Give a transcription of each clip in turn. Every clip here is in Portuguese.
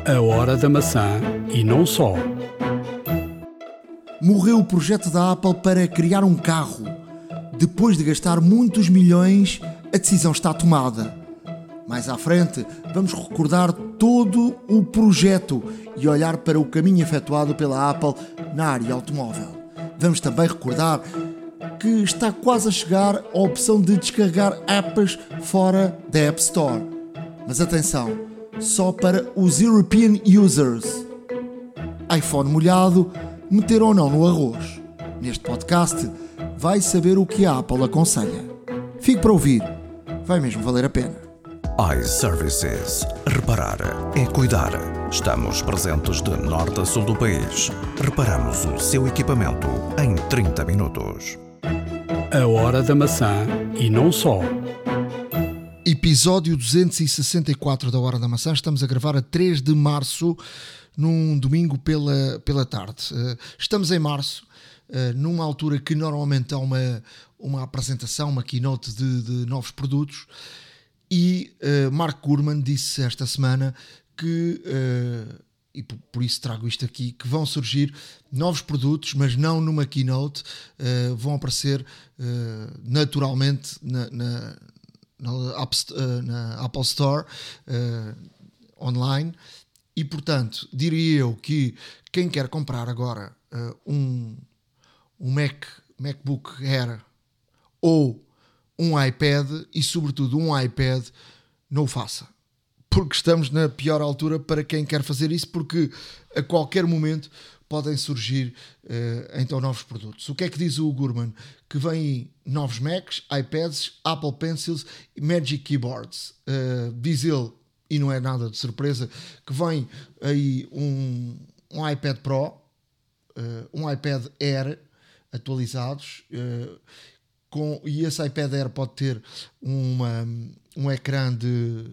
A Hora da Maçã e não só. Morreu o projeto da Apple para criar um carro. Depois de gastar muitos milhões, a decisão está tomada. Mais à frente, vamos recordar todo o projeto e olhar para o caminho efetuado pela Apple na área automóvel. Vamos também recordar que está quase a chegar a opção de descarregar apps fora da App Store. Mas atenção, só para os European Users. iPhone molhado, meter ou não no arroz. Neste podcast, vai saber o que a Apple aconselha. Fique para ouvir, vai mesmo valer a pena. iServices. Reparar é cuidar. Estamos presentes de norte a sul do país. Reparamos o seu equipamento em 30 minutos. A Hora da Maçã e não só. Episódio 264 da Hora da Maçã. Estamos a gravar a 3 de março, num domingo pela tarde. Estamos em março, numa altura que normalmente há uma apresentação, uma keynote de novos produtos, e Mark Gurman disse esta semana que, e por isso trago isto aqui, que vão surgir novos produtos, mas não numa keynote, vão aparecer naturalmente na Apple Store online. E portanto, diria eu que quem quer comprar agora um MacBook Air ou um iPad, e sobretudo um iPad, não o faça, porque estamos na pior altura para quem quer fazer isso, porque a qualquer momento podem surgir então novos produtos. O que é que diz o Gurman? Que vem aí novos Macs, iPads, Apple Pencils e Magic Keyboards. Diz ele, e não é nada de surpresa, que vem aí um iPad Pro, um iPad Air atualizados, e esse iPad Air pode ter um ecrã de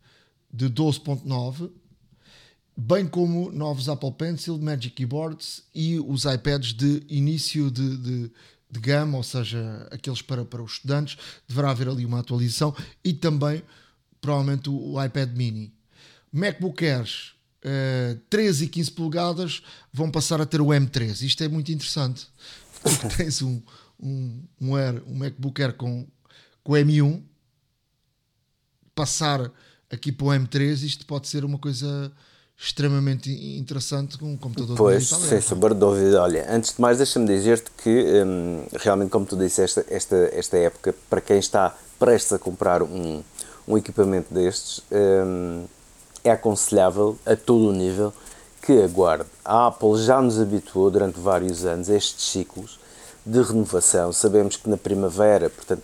12.9, bem como novos Apple Pencil, Magic Keyboards e os iPads de início de gama, ou seja, aqueles para os estudantes. Deverá haver ali uma atualização, e também provavelmente o iPad mini. MacBook Airs 13 e 15 polegadas vão passar a ter o M3. Isto é muito interessante, porque tens um MacBook Air com o M1, passar aqui para o M3, isto pode ser uma coisa extremamente interessante com um computador. Pois, sem sombra de dúvida. Olha, antes de mais, deixa-me dizer-te que realmente, como tu disseste, esta época, para quem está prestes a comprar um equipamento destes, é aconselhável a todo o nível que aguarde. A Apple já nos habituou durante vários anos a estes ciclos de renovação. Sabemos que na primavera, portanto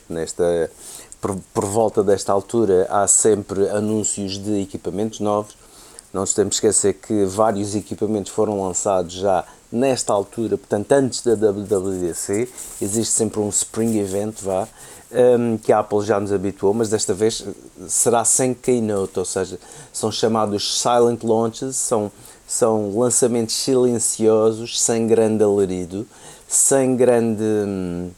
por volta desta altura, há sempre anúncios de equipamentos novos. Não nos temos de esquecer que vários equipamentos foram lançados já nesta altura, portanto antes da WWDC. Existe sempre um Spring Event, que a Apple já nos habituou, mas desta vez será sem keynote, ou seja, são chamados silent launches, são lançamentos silenciosos, sem grande alarido, sem grande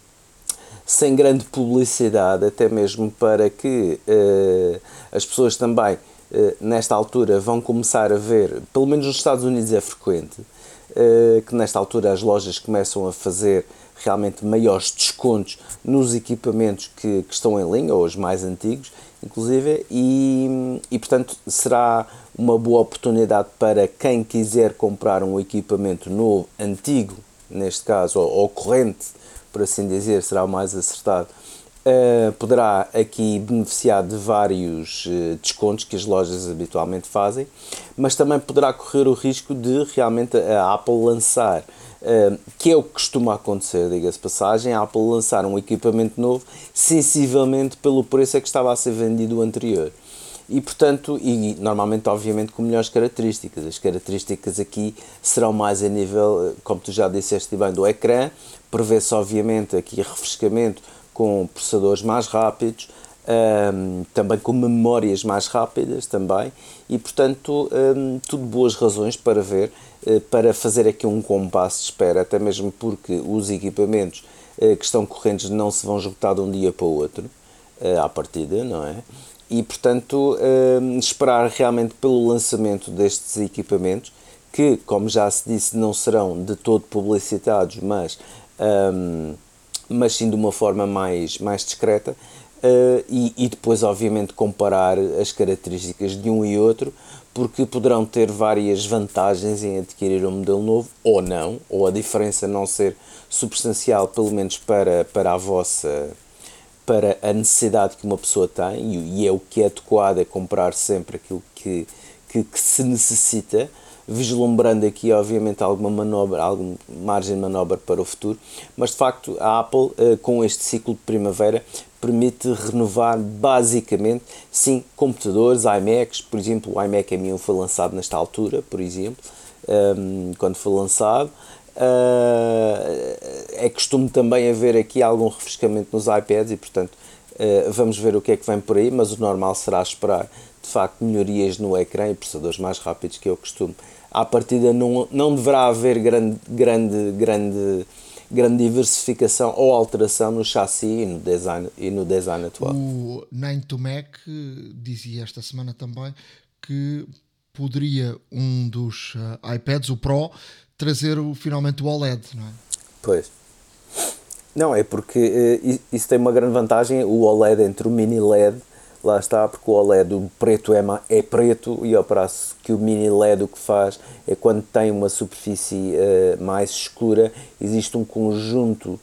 publicidade, até mesmo para que as pessoas também, nesta altura, vão começar a ver, pelo menos nos Estados Unidos é frequente, que nesta altura as lojas começam a fazer realmente maiores descontos nos equipamentos que estão em linha, ou os mais antigos, inclusive, e portanto será uma boa oportunidade para quem quiser comprar um equipamento novo, antigo, neste caso, ou corrente, por assim dizer, será o mais acertado. Poderá aqui beneficiar de vários descontos que as lojas habitualmente fazem, mas também poderá correr o risco de realmente a Apple lançar, que é o que costuma acontecer, diga-se passagem, a Apple lançar um equipamento novo sensivelmente pelo preço a que estava a ser vendido o anterior. E portanto, e normalmente obviamente com melhores características. As características aqui serão mais a nível, como tu já disseste bem, do ecrã. Prevê-se obviamente aqui refrescamento com processadores mais rápidos, também com memórias mais rápidas também, e portanto tudo boas razões para ver, para fazer aqui um compasso de espera, até mesmo porque os equipamentos que estão correntes não se vão esgotar de um dia para o outro, à partida, não é? e portanto esperar realmente pelo lançamento destes equipamentos, que, como já se disse, não serão de todo publicitados, mas sim de uma forma mais discreta, e depois obviamente comparar as características de um e outro, porque poderão ter várias vantagens em adquirir um modelo novo ou não, ou a diferença não ser substancial, pelo menos para a necessidade que uma pessoa tem, e é o que é adequado, é comprar sempre aquilo que se necessita, vislumbrando aqui obviamente alguma margem de manobra para o futuro, mas de facto a Apple, com este ciclo de primavera, permite renovar basicamente, sim, computadores, iMacs. Por exemplo, o iMac M1 foi lançado nesta altura, por exemplo, quando foi lançado. É costume também haver aqui algum refrescamento nos iPads e, portanto, vamos ver o que é que vem por aí, mas o normal será esperar, de facto, melhorias no ecrã e processadores mais rápidos, que é o costume. À partida não deverá haver grande diversificação ou alteração no chassi e no design atual. O 9to Mac dizia esta semana também que poderia um dos iPads, o Pro, trazer finalmente o OLED, não é? Pois. Não, é porque isso tem uma grande vantagem, o OLED entre o mini LED, lá está, porque o OLED, o preto é preto, e ao passo que o mini LED o que faz é, quando tem uma superfície mais escura, existe um conjunto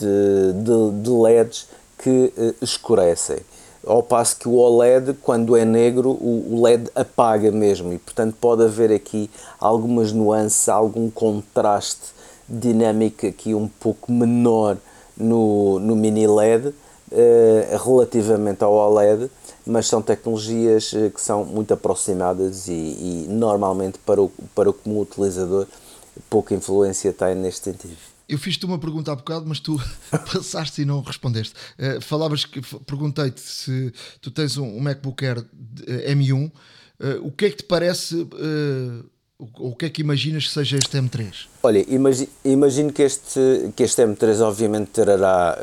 de LEDs que escurecem. Ao passo que o OLED, quando é negro, o LED apaga mesmo, e portanto pode haver aqui algumas nuances, algum contraste dinâmico aqui um pouco menor no mini LED relativamente ao OLED, mas são tecnologias que são muito aproximadas e normalmente para o comum utilizador pouca influência tem neste sentido. Eu fiz-te uma pergunta há bocado, mas tu passaste e não respondeste. Perguntei-te se tu tens um MacBook Air M1, o que é que te parece, o que é que imaginas que seja este M3? Olha, imagino que este M3 obviamente terá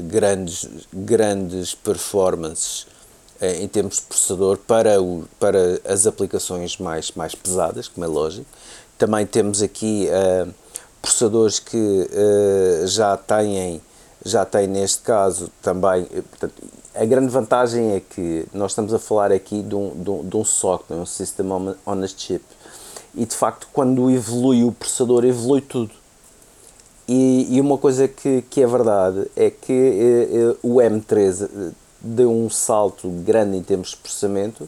grandes performances em termos de processador para as aplicações mais pesadas, como é lógico. Também temos aqui processadores que já têm neste caso também. Portanto, a grande vantagem é que nós estamos a falar aqui de um SoC, um System on a Chip, e de facto quando evolui o processador, evolui tudo. E uma coisa que é verdade é que o M3 deu um salto grande em termos de processamento.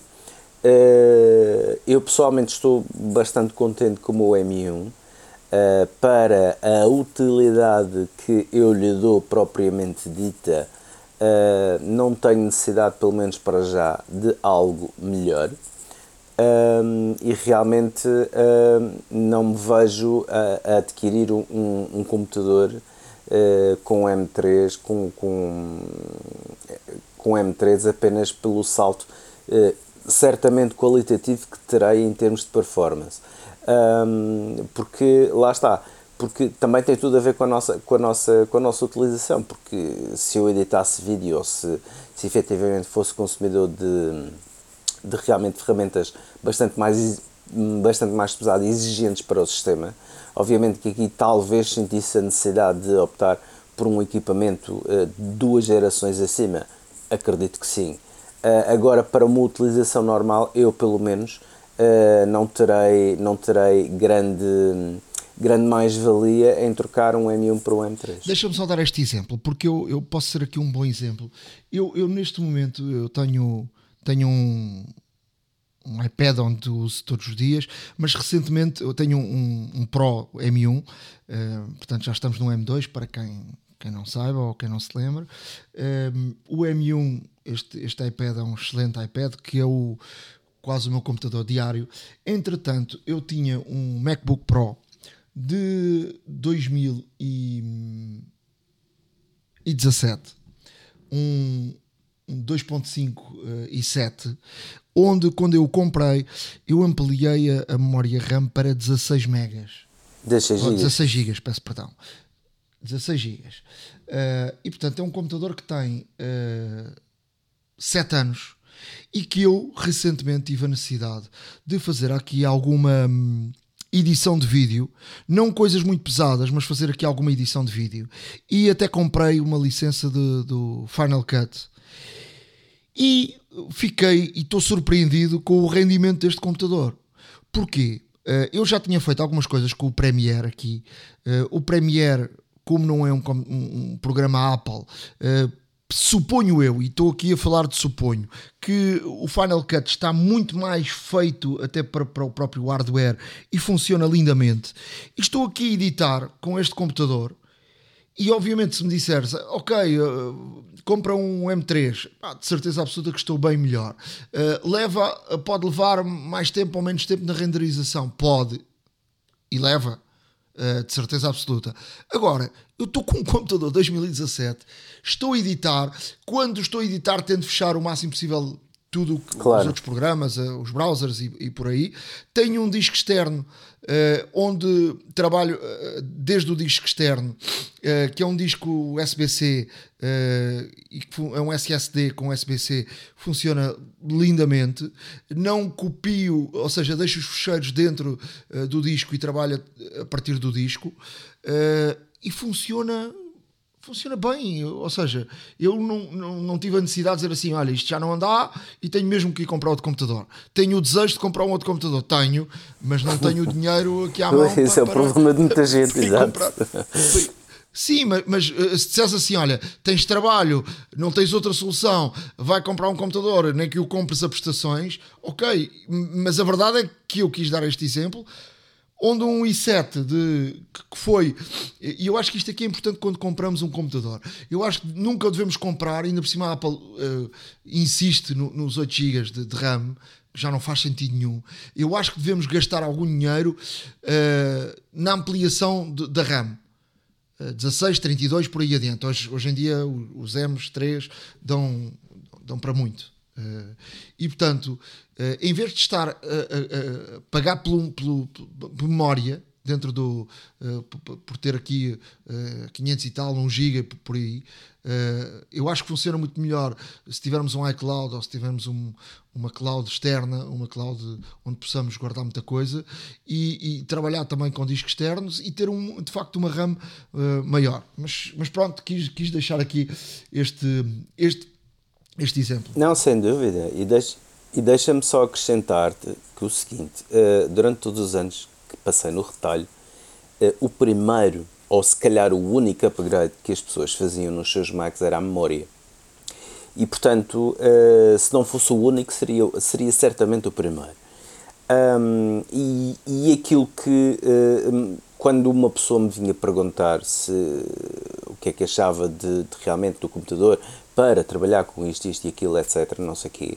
Eu pessoalmente estou bastante contente com o M1, para a utilidade que eu lhe dou propriamente dita. Não tenho necessidade, pelo menos para já, de algo melhor, e realmente não me vejo a adquirir um computador com M3 com M3 apenas pelo salto certamente qualitativo que terei em termos de performance, porque lá está, porque também tem tudo a ver com a nossa utilização, porque se eu editasse vídeo ou se efetivamente fosse consumidor de realmente ferramentas bastante mais pesadas e exigentes para o sistema, obviamente que aqui talvez sentisse a necessidade de optar por um equipamento de 2 gerações acima. Acredito que sim. Agora, para uma utilização normal, eu pelo menos não terei grande mais-valia em trocar um M1 para um M3. Deixa-me só dar este exemplo, porque eu posso ser aqui um bom exemplo. Eu neste momento eu tenho um iPad onde uso todos os dias, mas recentemente eu tenho um Pro M1, portanto já estamos no M2, para quem não saiba ou quem não se lembra. O M1, este iPad é um excelente iPad, que é quase o meu computador diário. Entretanto, eu tinha um MacBook Pro de 2017, um 2.5 e 7, onde quando eu o comprei eu ampliei a memória RAM para 16 megas. 16 gigas, peço perdão. 16 gigas. E portanto é um computador que tem 7 anos e que eu recentemente tive a necessidade de fazer aqui alguma edição de vídeo, não coisas muito pesadas, mas fazer aqui alguma edição de vídeo, e até comprei uma licença do Final Cut e fiquei e estou surpreendido com o rendimento deste computador. Porquê? Eu já tinha feito algumas coisas com o Premiere aqui. O Premiere, como não é um programa Apple, suponho eu, e estou aqui a falar de suponho, que o Final Cut está muito mais feito até para o próprio hardware e funciona lindamente. E estou aqui a editar com este computador e obviamente se me disseres, ok, compra um M3, de certeza absoluta que estou bem melhor. Pode levar mais tempo ou menos tempo na renderização? Pode. E leva. De certeza absoluta. Agora, eu estou com um computador 2017, estou a editar, quando estou a editar tento fechar o máximo possível tudo claro. Os outros programas, os browsers e por aí. Tenho um disco externo onde trabalho desde o disco externo, que é um disco USB-C e que é um SSD com USB-C, funciona lindamente. Não copio, ou seja, deixo os ficheiros dentro do disco e trabalho a partir do disco e funciona bem, ou seja, eu não tive a necessidade de dizer assim, olha, isto já não anda e tenho mesmo que ir comprar outro computador. Tenho o desejo de comprar um outro computador, tenho, mas não tenho o dinheiro aqui à mão. Esse é o problema de muita gente, exato. Sim, mas se disseres assim, olha, tens trabalho, não tens outra solução, vai comprar um computador, nem que o compres a prestações, ok, mas a verdade é que eu quis dar este exemplo, onde um i7 que foi, e eu acho que isto aqui é importante quando compramos um computador, eu acho que nunca devemos comprar, ainda por cima a Apple insiste nos 8 GB de RAM, já não faz sentido nenhum. Eu acho que devemos gastar algum dinheiro na ampliação da RAM. 16, 32, por aí adiante. Hoje em dia os M3 dão para muito. E portanto, em vez de estar a pagar por memória dentro do por ter aqui 500 e tal, 1 GB por aí, eu acho que funciona muito melhor se tivermos um iCloud ou se tivermos uma cloud externa, uma cloud onde possamos guardar muita coisa e trabalhar também com discos externos e ter de facto uma RAM maior. Mas pronto, quis deixar aqui este exemplo. Não, sem dúvida. E deixa-me só acrescentar-te que o seguinte, durante todos os anos que passei no retalho, o primeiro, ou se calhar o único upgrade que as pessoas faziam nos seus Macs era a memória. E, portanto, se não fosse o único, seria certamente o primeiro. E aquilo que, quando uma pessoa me vinha perguntar o que é que achava de realmente do computador para trabalhar com isto e aquilo, etc., não sei o quê,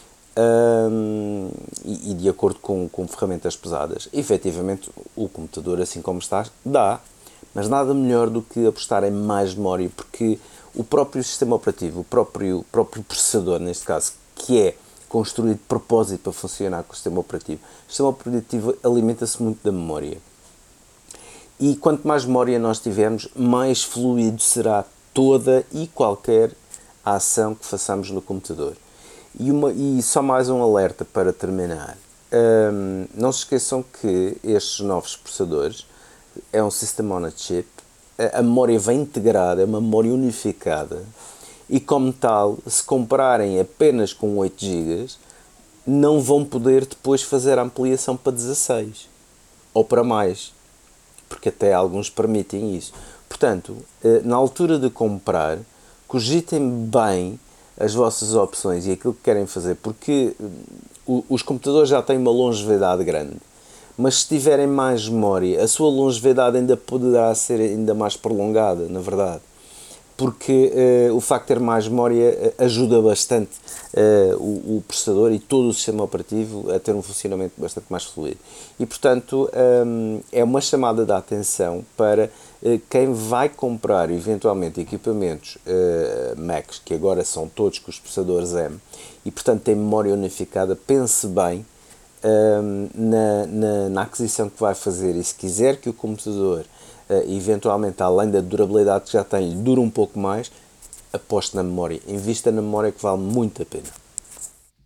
e de acordo com ferramentas pesadas, efetivamente o computador, assim como está, dá, mas nada melhor do que apostar em mais memória, porque o próprio sistema operativo, o próprio processador, neste caso, que é construído de propósito para funcionar com o sistema operativo alimenta-se muito da memória. E quanto mais memória nós tivermos, mais fluido será toda e qualquer ação que façamos no computador. E só mais um alerta para terminar. Não se esqueçam que estes novos processadores é um System on a Chip, a memória vem integrada, é uma memória unificada e como tal, se comprarem apenas com 8 GB, não vão poder depois fazer a ampliação para 16 ou para mais, porque até alguns permitem isso. Portanto, na altura de comprar, cogitem bem as vossas opções e aquilo que querem fazer, porque os computadores já têm uma longevidade grande, mas se tiverem mais memória, a sua longevidade ainda poderá ser ainda mais prolongada, na verdade, porque o facto de ter mais memória ajuda bastante o processador e todo o sistema operativo a ter um funcionamento bastante mais fluido. E, portanto, é uma chamada de atenção para quem vai comprar eventualmente equipamentos Macs, que agora são todos com os processadores M, e, portanto, tem memória unificada, pense bem na aquisição que vai fazer, e se quiser que o computador eventualmente, além da durabilidade que já tem, dure um pouco mais, aposte na memória, invista na memória, que vale muito a pena.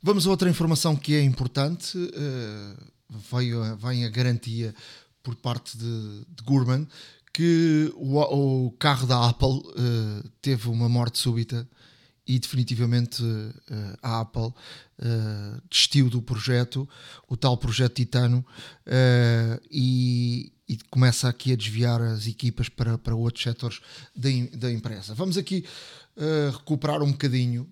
Vamos a outra informação que é importante. Vem a garantia por parte de Gurman que o carro da Apple teve uma morte súbita e definitivamente a Apple desistiu do projeto, o tal projeto Titano, e começa aqui a desviar as equipas para outros setores da empresa. Vamos aqui recuperar um bocadinho,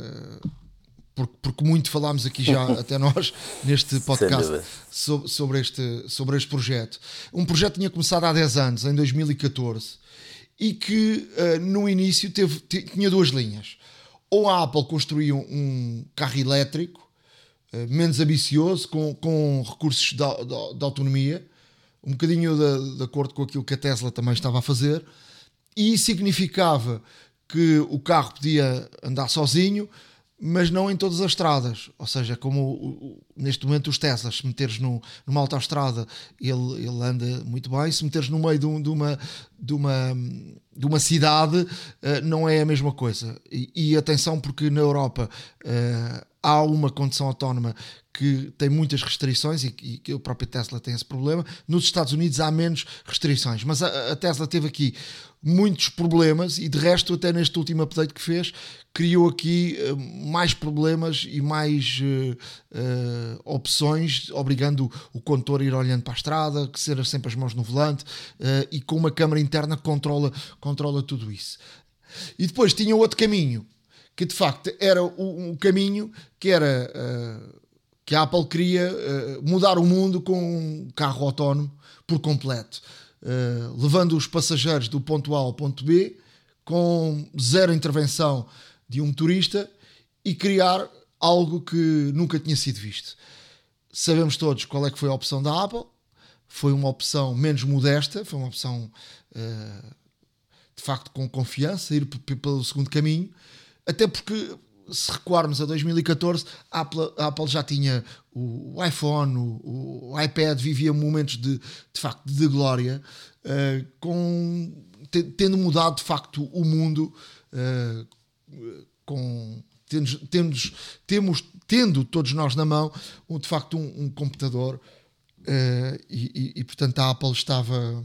porque muito falámos aqui já, até nós, neste podcast, sobre este projeto. Um projeto que tinha começado há 10 anos, em 2014, e que no início tinha duas linhas. Ou a Apple construía um carro elétrico, menos ambicioso, com recursos de autonomia, um bocadinho de acordo com aquilo que a Tesla também estava a fazer, e significava que o carro podia andar sozinho, mas não em todas as estradas. Ou seja, como neste momento os Teslas, se meteres numa autoestrada, ele anda muito bem. Se meteres no meio de uma cidade, não é a mesma coisa. E atenção, porque na Europa há uma condução autónoma que tem muitas restrições, e que o próprio Tesla tem esse problema. Nos Estados Unidos há menos restrições, mas a Tesla teve aqui muitos problemas, e de resto, até neste último update que fez, criou aqui mais problemas e mais opções, obrigando o condutor a ir olhando para a estrada, que ser sempre as mãos no volante, e com uma câmara interna que controla tudo isso. E depois tinha outro caminho, que de facto era um caminho que era que a Apple queria mudar o mundo com um carro autónomo por completo, levando os passageiros do ponto A ao ponto B, com zero intervenção de um motorista, e criar algo que nunca tinha sido visto. Sabemos todos qual é que foi a opção da Apple. Foi uma opção menos modesta, foi uma opção de facto com confiança, ir pelo segundo caminho, até porque, se recuarmos a 2014, a Apple já tinha o iPhone, o iPad, vivia momentos de facto de glória, tendo mudado de facto o mundo, tendo todos nós na mão de facto um computador, e portanto a Apple estava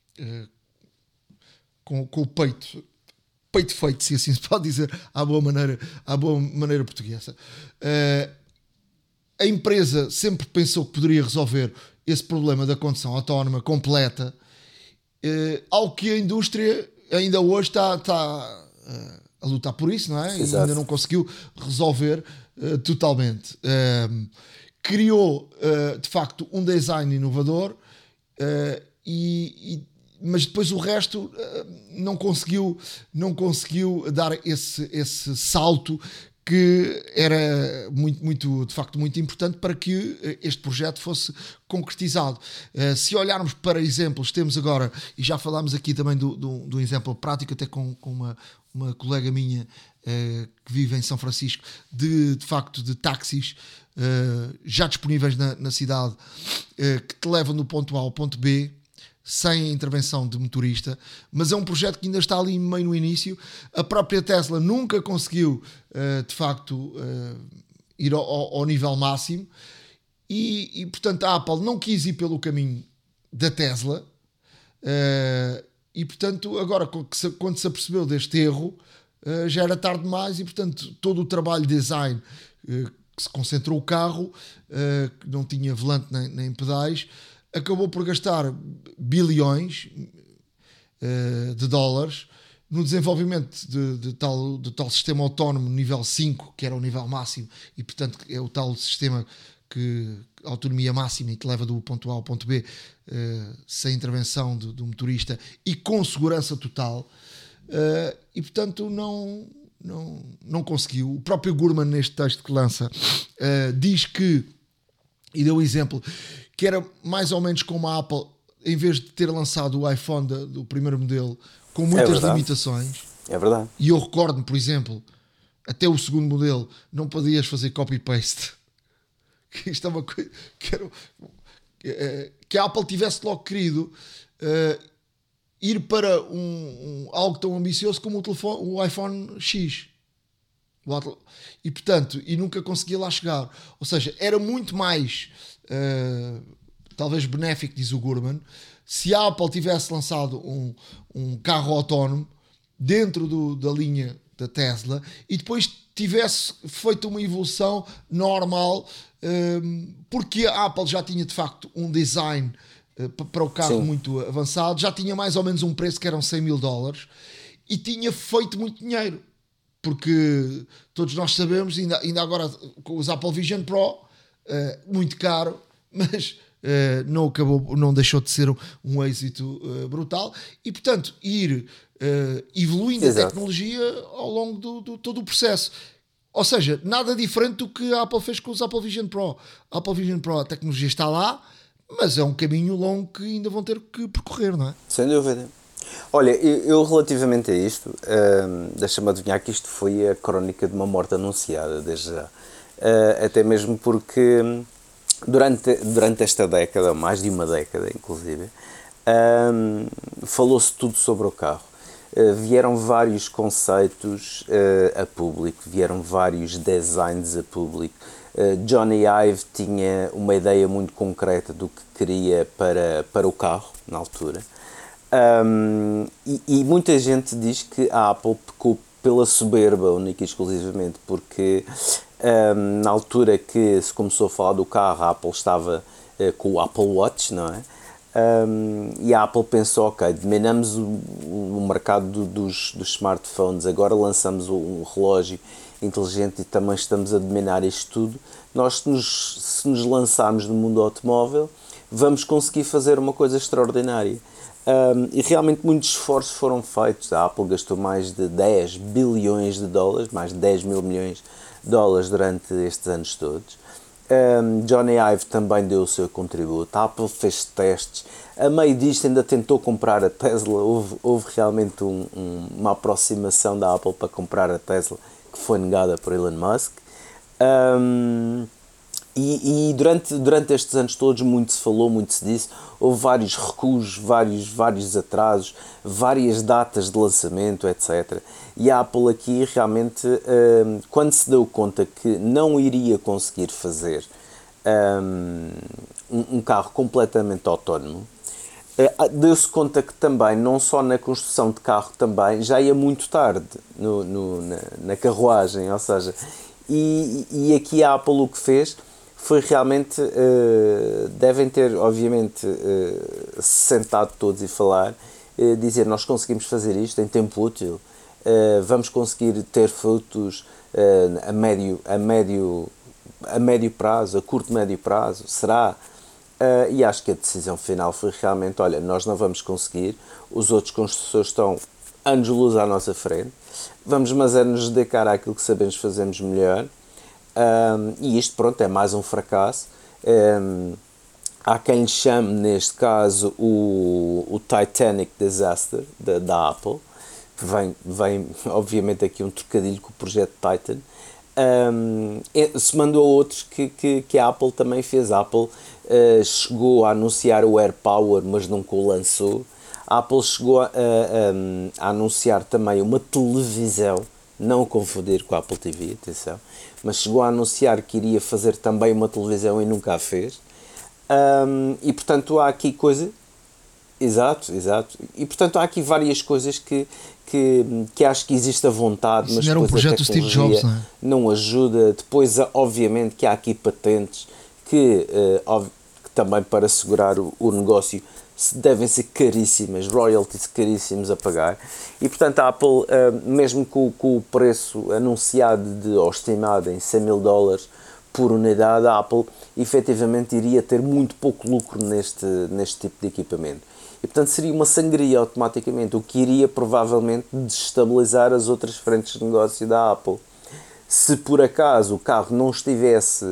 com o peito feito, se assim se pode dizer, à boa maneira portuguesa. A empresa sempre pensou que poderia resolver esse problema da condução autónoma completa, ao que a indústria ainda hoje está a lutar por isso, não é? E ainda não conseguiu resolver totalmente. Criou de facto um design inovador, mas depois o resto não conseguiu dar esse salto que era muito, de facto, muito importante para que este projeto fosse concretizado. Se olharmos para exemplos, temos agora, e já falámos aqui também do exemplo prático, até com uma colega minha que vive em São Francisco, de facto de táxis já disponíveis na cidade, que te levam do ponto A ao ponto B, sem a intervenção de motorista, mas é um projeto que ainda está ali meio no início. A própria Tesla nunca conseguiu, de facto, ir ao nível máximo, e portanto a Apple não quis ir pelo caminho da Tesla, e portanto agora, quando se apercebeu deste erro, já era tarde demais, e portanto todo o trabalho de design que se concentrou o carro, que não tinha volante nem pedais, acabou por gastar bilhões de dólares no desenvolvimento de tal sistema autónomo nível 5, que era o nível máximo, e portanto é o tal sistema que autonomia máxima e que leva do ponto A ao ponto B, sem intervenção do motorista e com segurança total, e portanto não conseguiu. O próprio Gurman, neste texto que lança, diz que, e deu o exemplo, que era mais ou menos como a Apple, em vez de ter lançado o iPhone do primeiro modelo, com muitas limitações. É verdade. E eu recordo-me, por exemplo, até o segundo modelo não podias fazer copy-paste. Que isto é uma coisa que a Apple tivesse logo querido ir para algo tão ambicioso como o iPhone X. E portanto, e nunca conseguia lá chegar. Ou seja, era muito mais talvez benéfico, diz o Gurman, se a Apple tivesse lançado um carro autónomo dentro da linha da Tesla e depois tivesse feito uma evolução normal, porque a Apple já tinha de facto um design para o carro Sim. muito avançado, já tinha mais ou menos um preço que eram $100,000 e tinha feito muito dinheiro, porque todos nós sabemos, ainda agora com os Apple Vision Pro, muito caro, mas não deixou de ser um êxito brutal, e portanto ir evoluindo Exato. a tecnologia ao longo do todo o processo. Ou seja, nada diferente do que a Apple fez com os Apple Vision Pro. A Apple Vision Pro, a tecnologia está lá, mas é um caminho longo que ainda vão ter que percorrer, não é? Sem dúvida. Olha, eu relativamente a isto, deixa-me adivinhar que isto foi a crónica de uma morte anunciada, desde já. Até mesmo porque durante esta década, mais de uma década inclusive, falou-se tudo sobre o carro. Vieram vários conceitos a público, vieram vários designs a público. Johnny Ive tinha uma ideia muito concreta do que queria para o carro, na altura. E muita gente diz que a Apple pecou pela soberba, única e exclusivamente, porque na altura que se começou a falar do carro, a Apple estava com o Apple Watch, não é? E a Apple pensou, ok, dominamos o mercado dos smartphones, agora lançamos um relógio inteligente e também estamos a dominar isto tudo. Nós, se nos lançarmos no mundo automóvel, vamos conseguir fazer uma coisa extraordinária. E realmente muitos esforços foram feitos. A Apple gastou mais de 10 bilhões de dólares, mais de 10 mil milhões de dólares durante estes anos todos. Johnny Ive também deu o seu contributo. A Apple fez testes. A meio disto ainda tentou comprar a Tesla. Houve realmente uma aproximação da Apple para comprar a Tesla, que foi negada por Elon Musk. E durante estes anos todos muito se falou, muito se disse, houve vários recuos, vários atrasos, várias datas de lançamento, etc. E a Apple aqui realmente, quando se deu conta que não iria conseguir fazer um carro completamente autónomo, deu-se conta que também, não só na construção de carro, também já ia muito tarde na carruagem, ou seja, e aqui a Apple o que fez foi realmente, devem ter obviamente sentado todos e falar, dizer, nós conseguimos fazer isto em tempo útil, vamos conseguir ter frutos a médio prazo, a curto médio prazo, será? E acho que a decisão final foi realmente, olha, nós não vamos conseguir, os outros construtores estão anos-luz à nossa frente, vamos mas é nos dedicar àquilo que sabemos fazermos melhor. E isto, pronto, é mais um fracasso. Há quem chame, neste caso, o Titanic Disaster da Apple, que vem obviamente aqui um trocadilho com o projeto Titan. Se mandou a outros que a Apple também fez. A Apple chegou a anunciar o AirPower, mas nunca o lançou. A Apple chegou a anunciar também uma televisão, não confundir com a Apple TV, atenção, mas chegou a anunciar que iria fazer também uma televisão e nunca a fez. E portanto há aqui coisa... Exato. E portanto há aqui várias coisas que acho que existe a vontade, isso mas era um projeto do Steve Jobs, não ajuda. Depois, obviamente, que há aqui patentes que também para assegurar o negócio devem ser caríssimas, royalties caríssimos a pagar, e portanto a Apple, mesmo com o preço anunciado ou estimado em $100,000 por unidade, a Apple efetivamente iria ter muito pouco lucro neste tipo de equipamento. E portanto seria uma sangria automaticamente, o que iria provavelmente desestabilizar as outras frentes de negócio da Apple. Se por acaso o carro não estivesse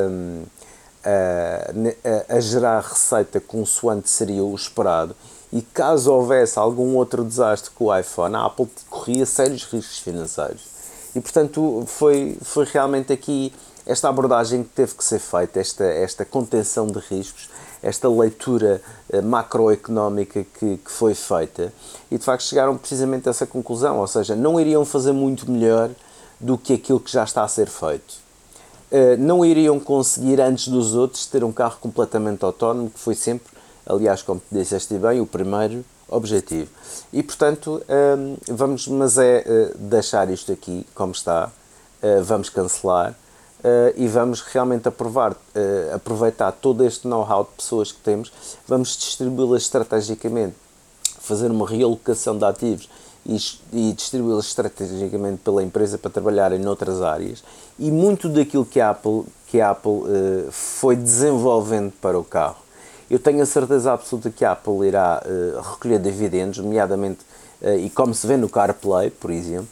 a gerar receita consoante seria o esperado, e caso houvesse algum outro desastre com o iPhone, a Apple corria sérios riscos financeiros. E portanto foi realmente aqui esta abordagem que teve que ser feita, esta contenção de riscos, esta leitura macroeconómica que foi feita, e de facto chegaram precisamente a essa conclusão, ou seja, não iriam fazer muito melhor do que aquilo que já está a ser feito. Não iriam conseguir, antes dos outros, ter um carro completamente autónomo, que foi sempre, aliás, como disseste bem, o primeiro objetivo. E, portanto, vamos deixar isto aqui como está, vamos cancelar e vamos realmente aproveitar todo este know-how de pessoas que temos, vamos distribuí-las estrategicamente, fazer uma realocação de ativos e distribuí-las estrategicamente pela empresa para trabalharem noutras áreas, e muito daquilo que a Apple foi desenvolvendo para o carro, eu tenho a certeza absoluta que a Apple irá recolher dividendos, nomeadamente, e como se vê no CarPlay, por exemplo,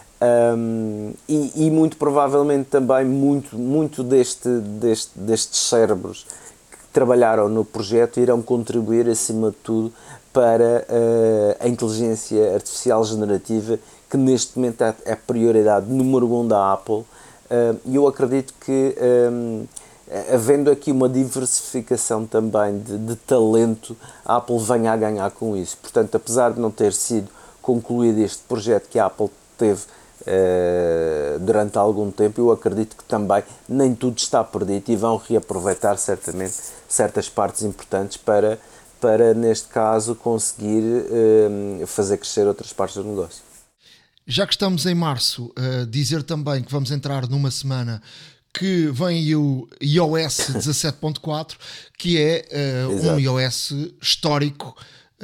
e muito provavelmente também muito destes cérebros que trabalharam no projeto irão contribuir, acima de tudo, para a inteligência artificial generativa, que neste momento é a prioridade número 1 da Apple, e eu acredito que, havendo aqui uma diversificação também de talento, a Apple venha a ganhar com isso. Portanto, apesar de não ter sido concluído este projeto que a Apple teve durante algum tempo, eu acredito que também nem tudo está perdido e vão reaproveitar certamente certas partes importantes para neste caso, conseguir fazer crescer outras partes do negócio. Já que estamos em março, dizer também que vamos entrar numa semana que vem o iOS 17.4, que é um iOS histórico,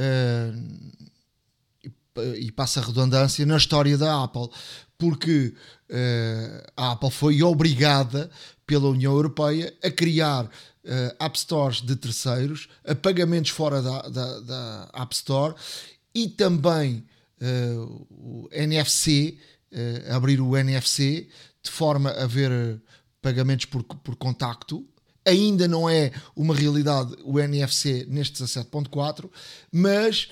e passa a redundância, na história da Apple, porque a Apple foi obrigada pela União Europeia a criar App Stores de terceiros, a pagamentos fora da App Store, e também o NFC, abrir o NFC, de forma a haver pagamentos por contacto. Ainda não é uma realidade o NFC neste 17.4, mas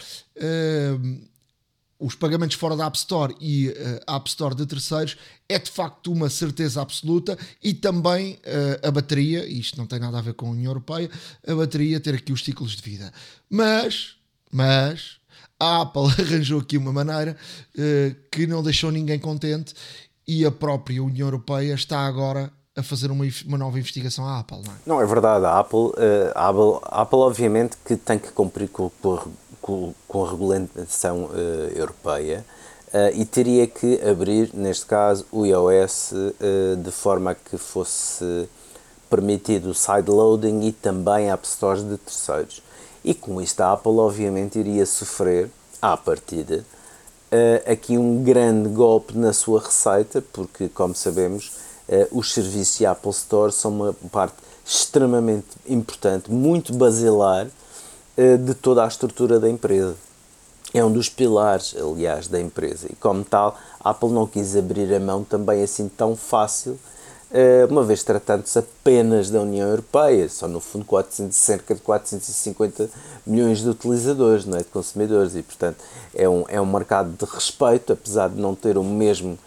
os pagamentos fora da App Store e a App Store de terceiros é de facto uma certeza absoluta, e também a bateria, isto não tem nada a ver com a União Europeia, a bateria ter aqui os ciclos de vida. Mas a Apple arranjou aqui uma maneira que não deixou ninguém contente, e a própria União Europeia está agora a fazer uma nova investigação à Apple, não é? Não, é verdade, a Apple obviamente que tem que cumprir com a regulamentação europeia, e teria que abrir, neste caso, o iOS de forma a que fosse permitido o sideloading e também App Stores de terceiros. E com isto a Apple obviamente iria sofrer, à partida, aqui um grande golpe na sua receita, porque, como sabemos, os serviços de Apple Store são uma parte extremamente importante, muito basilar, de toda a estrutura da empresa. É um dos pilares, aliás, da empresa, e como tal, a Apple não quis abrir a mão também assim tão fácil, uma vez tratando-se apenas da União Europeia, só no fundo cerca de 450 milhões de utilizadores, não é, de consumidores, e portanto é um mercado de respeito, apesar de não ter o mesmo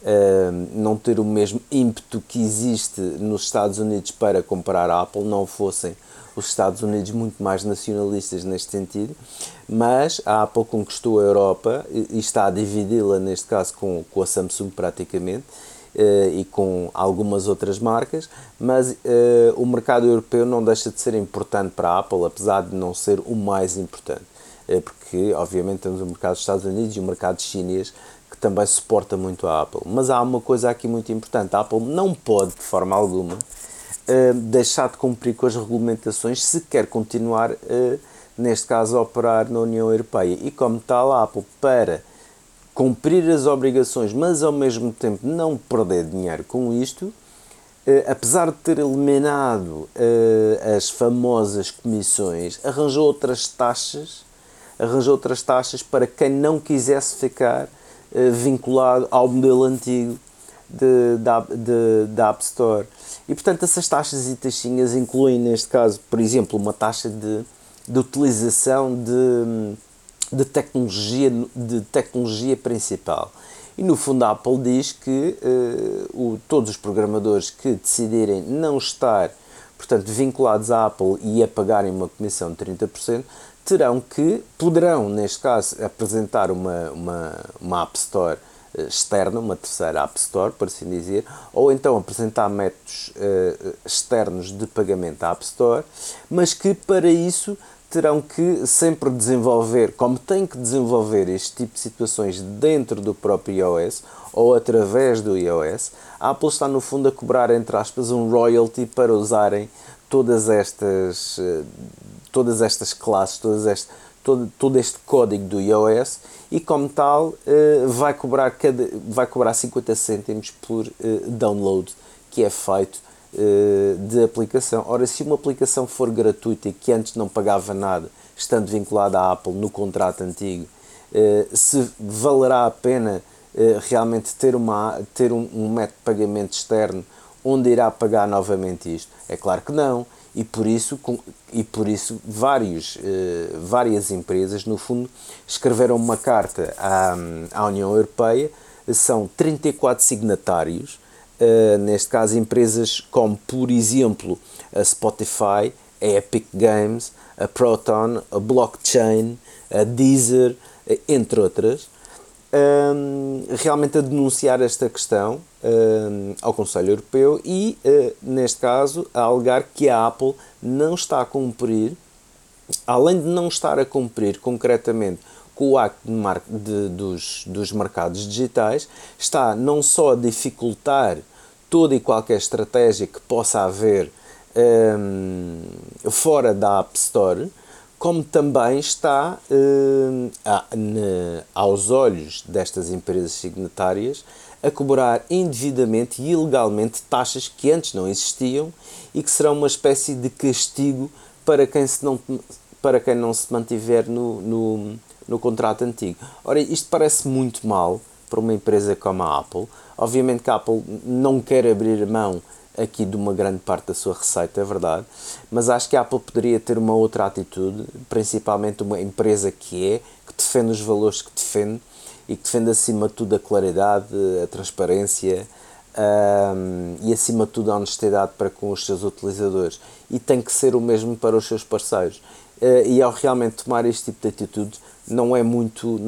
ímpeto que existe nos Estados Unidos para comprar a Apple, não fossem os Estados Unidos muito mais nacionalistas neste sentido, mas a Apple conquistou a Europa e está a dividi-la, neste caso, com a Samsung praticamente, e com algumas outras marcas, mas o mercado europeu não deixa de ser importante para a Apple, apesar de não ser o mais importante, porque obviamente temos o mercado dos Estados Unidos e o mercado chinês, que também suporta muito a Apple. Mas há uma coisa aqui muito importante: a Apple não pode, de forma alguma, deixar de cumprir com as regulamentações se quer continuar, neste caso, a operar na União Europeia. E como tal, a Apple, para cumprir as obrigações, mas ao mesmo tempo não perder dinheiro com isto, apesar de ter eliminado as famosas comissões, arranjou outras taxas para quem não quisesse ficar vinculado ao modelo antigo da App Store. E portanto essas taxas e taxinhas incluem, neste caso, por exemplo, uma taxa de utilização de tecnologia principal. E no fundo a Apple diz que todos os programadores que decidirem não estar, portanto, vinculados à Apple e a pagarem uma comissão de 30%, poderão, neste caso, apresentar uma App Store externa, uma terceira App Store, por assim dizer, ou então apresentar métodos externos de pagamento à App Store, mas que para isso terão que sempre desenvolver, como têm que desenvolver este tipo de situações dentro do próprio iOS ou através do iOS, a Apple está no fundo a cobrar, entre aspas, um royalty para usarem todas estas classes, todo este código do iOS, e como tal vai cobrar 50 cêntimos por download que é feito de aplicação. Ora, se uma aplicação for gratuita e que antes não pagava nada, estando vinculada à Apple no contrato antigo, se valerá a pena realmente ter um método de pagamento externo onde irá pagar novamente isto? É claro que não. E por isso várias empresas, no fundo, escreveram uma carta à União Europeia. São 34 signatários, neste caso empresas como, por exemplo, a Spotify, a Epic Games, a Proton, a Blockchain, a Deezer, entre outras, realmente a denunciar esta questão ao Conselho Europeu e, neste caso, a alegar que a Apple não está a cumprir, além de não estar a cumprir concretamente com o Acto dos Mercados Digitais, está não só a dificultar toda e qualquer estratégia que possa haver fora da App Store, como também está, aos olhos destas empresas signatárias, a cobrar indevidamente e ilegalmente taxas que antes não existiam e que serão uma espécie de castigo para quem não se mantiver no contrato antigo. Ora, isto parece muito mal para uma empresa como a Apple. Obviamente que a Apple não quer abrir mão aqui de uma grande parte da sua receita, é verdade, mas acho que a Apple poderia ter uma outra atitude, principalmente uma empresa que defende os valores que defende e que defende acima de tudo a claridade, a transparência e acima de tudo a honestidade para com os seus utilizadores, e tem que ser o mesmo para os seus parceiros. E ao realmente tomar este tipo de atitude não é muito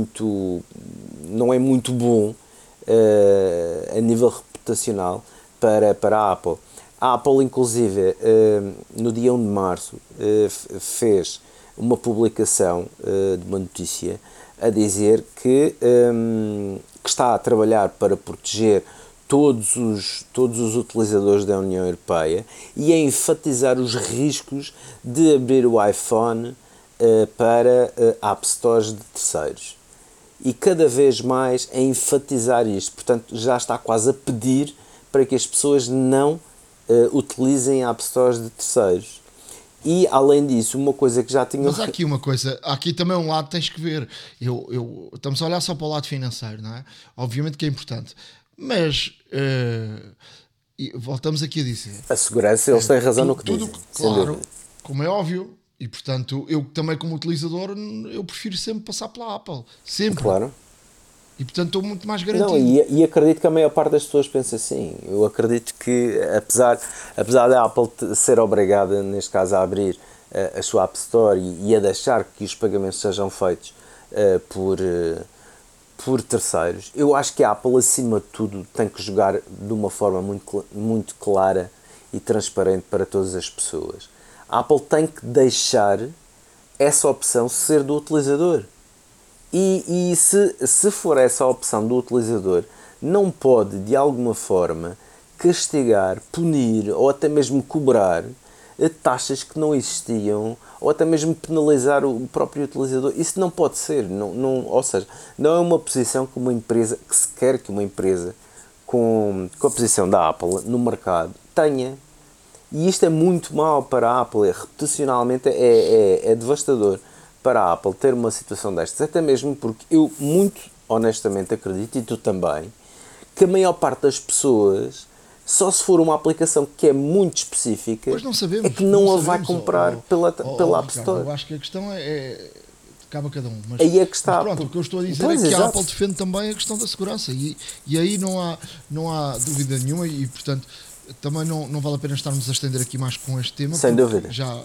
bom a nível reputacional para a Apple. A Apple, inclusive, no dia 1 de março, fez uma publicação de uma notícia a dizer que está a trabalhar para proteger todos os utilizadores da União Europeia e a enfatizar os riscos de abrir o iPhone para App Stores de terceiros. E cada vez mais a enfatizar isto. Portanto, já está quase a pedir para que as pessoas não utilizem App Stores de terceiros. E, além disso, uma coisa que já tinha... Mas há aqui uma coisa, há aqui também um lado que tens que ver. Estamos a olhar só para o lado financeiro, não é? Obviamente que é importante. Mas, voltamos aqui a dizer... A segurança, eles têm razão no que dizem. Claro, como é óbvio. E, portanto, eu também como utilizador, eu prefiro sempre passar pela Apple. Sempre. Claro. E, portanto, estou muito mais garantido. Não, e acredito que a maior parte das pessoas pensa assim. Eu acredito que, apesar da Apple ser obrigada, neste caso, a abrir a sua App Store e a deixar que os pagamentos sejam feitos por terceiros, eu acho que a Apple, acima de tudo, tem que jogar de uma forma muito clara e transparente para todas as pessoas. A Apple tem que deixar essa opção ser do utilizador. E se for essa a opção do utilizador, não pode, de alguma forma, castigar, punir ou até mesmo cobrar taxas que não existiam, ou até mesmo penalizar o próprio utilizador. Isso não pode ser. Ou seja, não é uma posição que uma empresa, que se quer que uma empresa com a posição da Apple no mercado tenha. E isto é muito mau para a Apple, reputacionalmente é devastador para a Apple ter uma situação destas, até mesmo porque eu muito honestamente acredito, e tu também, que a maior parte das pessoas, só se for uma aplicação que é muito específica, pois não sabemos, é que não a vai comprar pela App Store. Eu acho que a questão cabe a cada um. Mas, aí é que está. Mas pronto, o que eu estou a dizer é que a Apple defende também a questão da segurança e aí não há dúvida nenhuma e, portanto, também não vale a pena estarmos a estender aqui mais com este tema. Sem dúvida.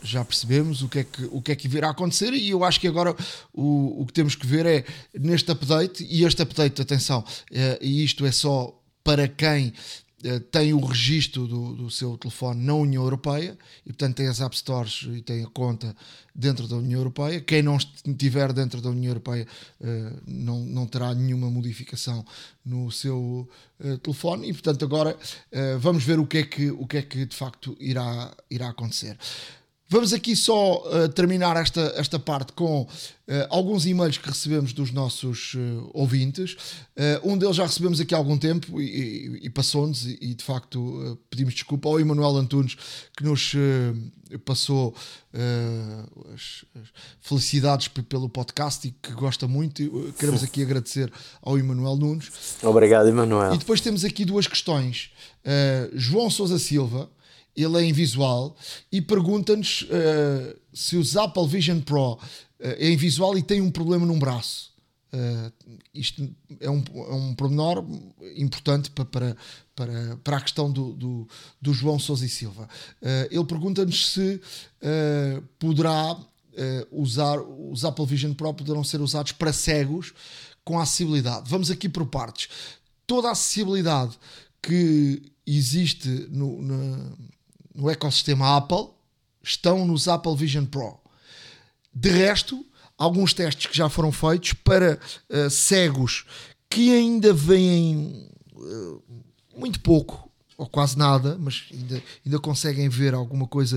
já percebemos o que é que virá acontecer, e eu acho que agora o que temos que ver é neste update, e este update, atenção, e isto é só para quem tem o registro do seu telefone na União Europeia, e portanto tem as App Stores e tem a conta dentro da União Europeia. Quem não estiver dentro da União Europeia não terá nenhuma modificação no seu telefone, e portanto agora vamos ver o que é que de facto irá acontecer. Vamos aqui só terminar esta parte com alguns e-mails que recebemos dos nossos ouvintes. Um deles já recebemos aqui há algum tempo e passou-nos, e de facto pedimos desculpa ao Emanuel Antunes, que nos passou as felicidades pelo podcast e que gosta muito. Queremos aqui agradecer ao Emanuel Nunes. Obrigado, Emanuel. E depois temos aqui duas questões. João Sousa Silva, ele é invisual, e pergunta-nos se os Apple Vision Pro é invisual e tem um problema num braço. Isto é um pormenor importante para a questão do João Sousa Silva. Ele pergunta-nos se poderá usar os Apple Vision Pro, poderão ser usados para cegos com acessibilidade. Vamos aqui por partes. Toda a acessibilidade que existe no ecossistema Apple estão nos Apple Vision Pro. De resto, alguns testes que já foram feitos para cegos que ainda veem muito pouco ou quase nada, mas ainda conseguem ver alguma coisa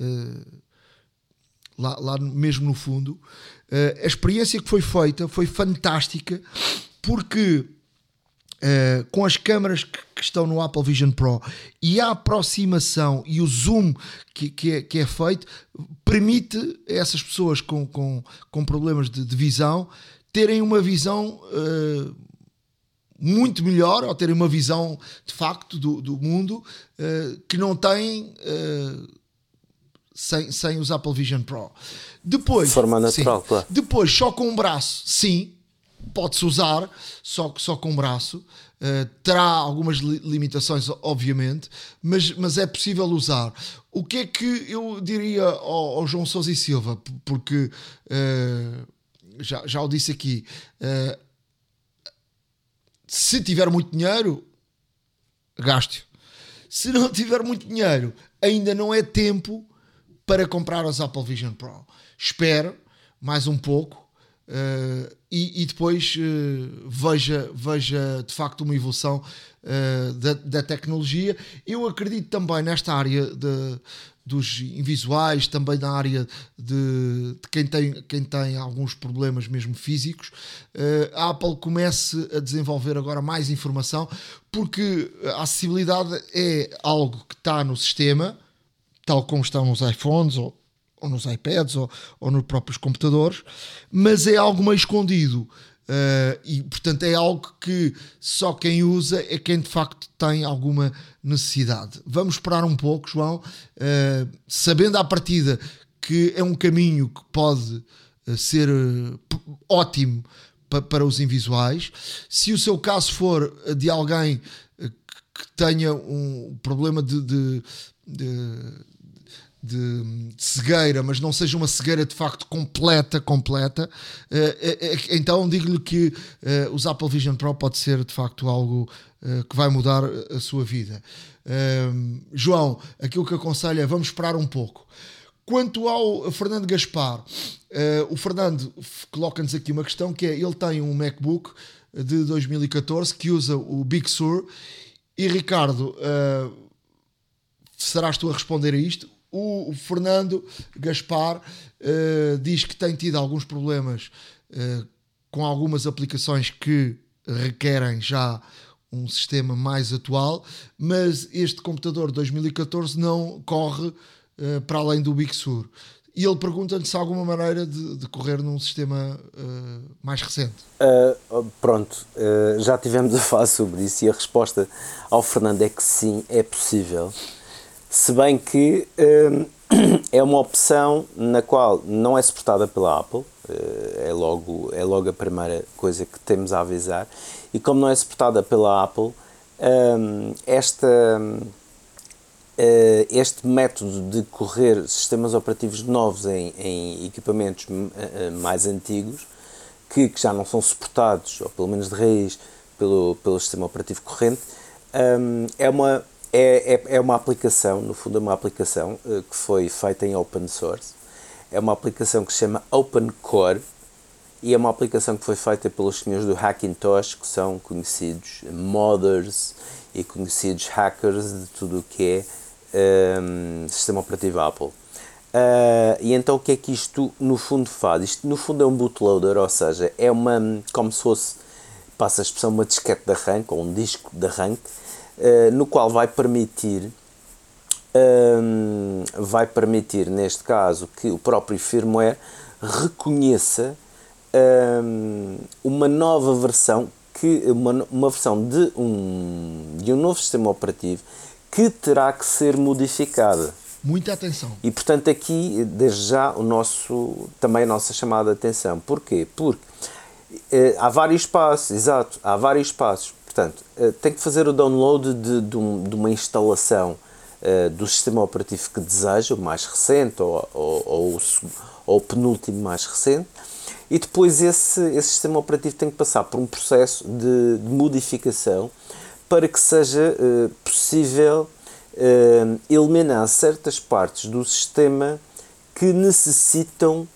lá mesmo no fundo. A experiência que foi feita foi fantástica, porque com as câmaras que estão no Apple Vision Pro e a aproximação e o zoom que é feito, permite a essas pessoas com problemas de visão terem uma visão muito melhor, ou terem uma visão de facto do mundo que não têm sem os Apple Vision Pro. Depois, de forma natural, sim, claro. Depois, só com um braço, sim, pode-se usar só com um braço. Terá algumas limitações, obviamente, mas é possível usar. O que é que eu diria ao João Sousa e Silva? Porque já o disse aqui, se tiver muito dinheiro, gaste-o. Se não tiver muito dinheiro, ainda não é tempo para comprar os Apple Vision Pro. Espere mais um pouco. E depois veja de facto uma evolução da tecnologia. Eu acredito também nesta área dos invisuais, também na área de quem tem alguns problemas mesmo físicos. A Apple comece a desenvolver agora mais informação, porque a acessibilidade é algo que está no sistema, tal como está nos iPhones ou nos iPads ou nos próprios computadores, mas é algo meio escondido, e portanto é algo que só quem usa é quem de facto tem alguma necessidade. Vamos esperar um pouco, João, sabendo à partida que é um caminho que pode ser ótimo para os invisuais. Se o seu caso for de alguém que tenha um problema de cegueira, mas não seja uma cegueira de facto completa, então digo-lhe que os Apple Vision Pro pode ser de facto algo que vai mudar a sua vida. João, aquilo que aconselho é vamos esperar um pouco. Quanto ao Fernando Gaspar, o Fernando coloca-nos aqui uma questão, que é, ele tem um MacBook de 2014 que usa o Big Sur, e Ricardo, serás tu a responder a isto? O Fernando Gaspar diz que tem tido alguns problemas com algumas aplicações que requerem já um sistema mais atual, mas este computador de 2014 não corre para além do Big Sur. E ele pergunta-lhe se há alguma maneira de correr num sistema mais recente. Pronto, já tivemos a falar sobre isso, e a resposta ao Fernando é que sim, é possível. Se bem que é uma opção na qual não é suportada pela Apple, é logo a primeira coisa que temos a avisar, e como não é suportada pela Apple, este método de correr sistemas operativos novos em equipamentos mais antigos, que já não são suportados, ou pelo menos de raiz, pelo sistema operativo corrente, é uma aplicação, no fundo é uma aplicação que foi feita em open source. É uma aplicação que se chama OpenCore e é uma aplicação que foi feita pelos senhores do Hackintosh, que são conhecidos modders e conhecidos hackers de tudo o que é sistema operativo Apple. E então o que é que isto no fundo faz? Isto no fundo é um bootloader, ou seja, é como se fosse, passa a expressão, uma disquete de arranque ou um disco de arranque, no qual vai permitir neste caso que o próprio firmware reconheça uma nova versão, uma versão de um novo sistema operativo que terá que ser modificada. Muita atenção. E portanto aqui, desde já, também a nossa chamada de atenção. Porquê? Porque há vários passos, exato, há vários passos. Portanto, tem que fazer o download de uma instalação do sistema operativo que deseja, o mais recente ou o penúltimo mais recente, e depois esse sistema operativo tem que passar por um processo de modificação para que seja possível eliminar certas partes do sistema que necessitam,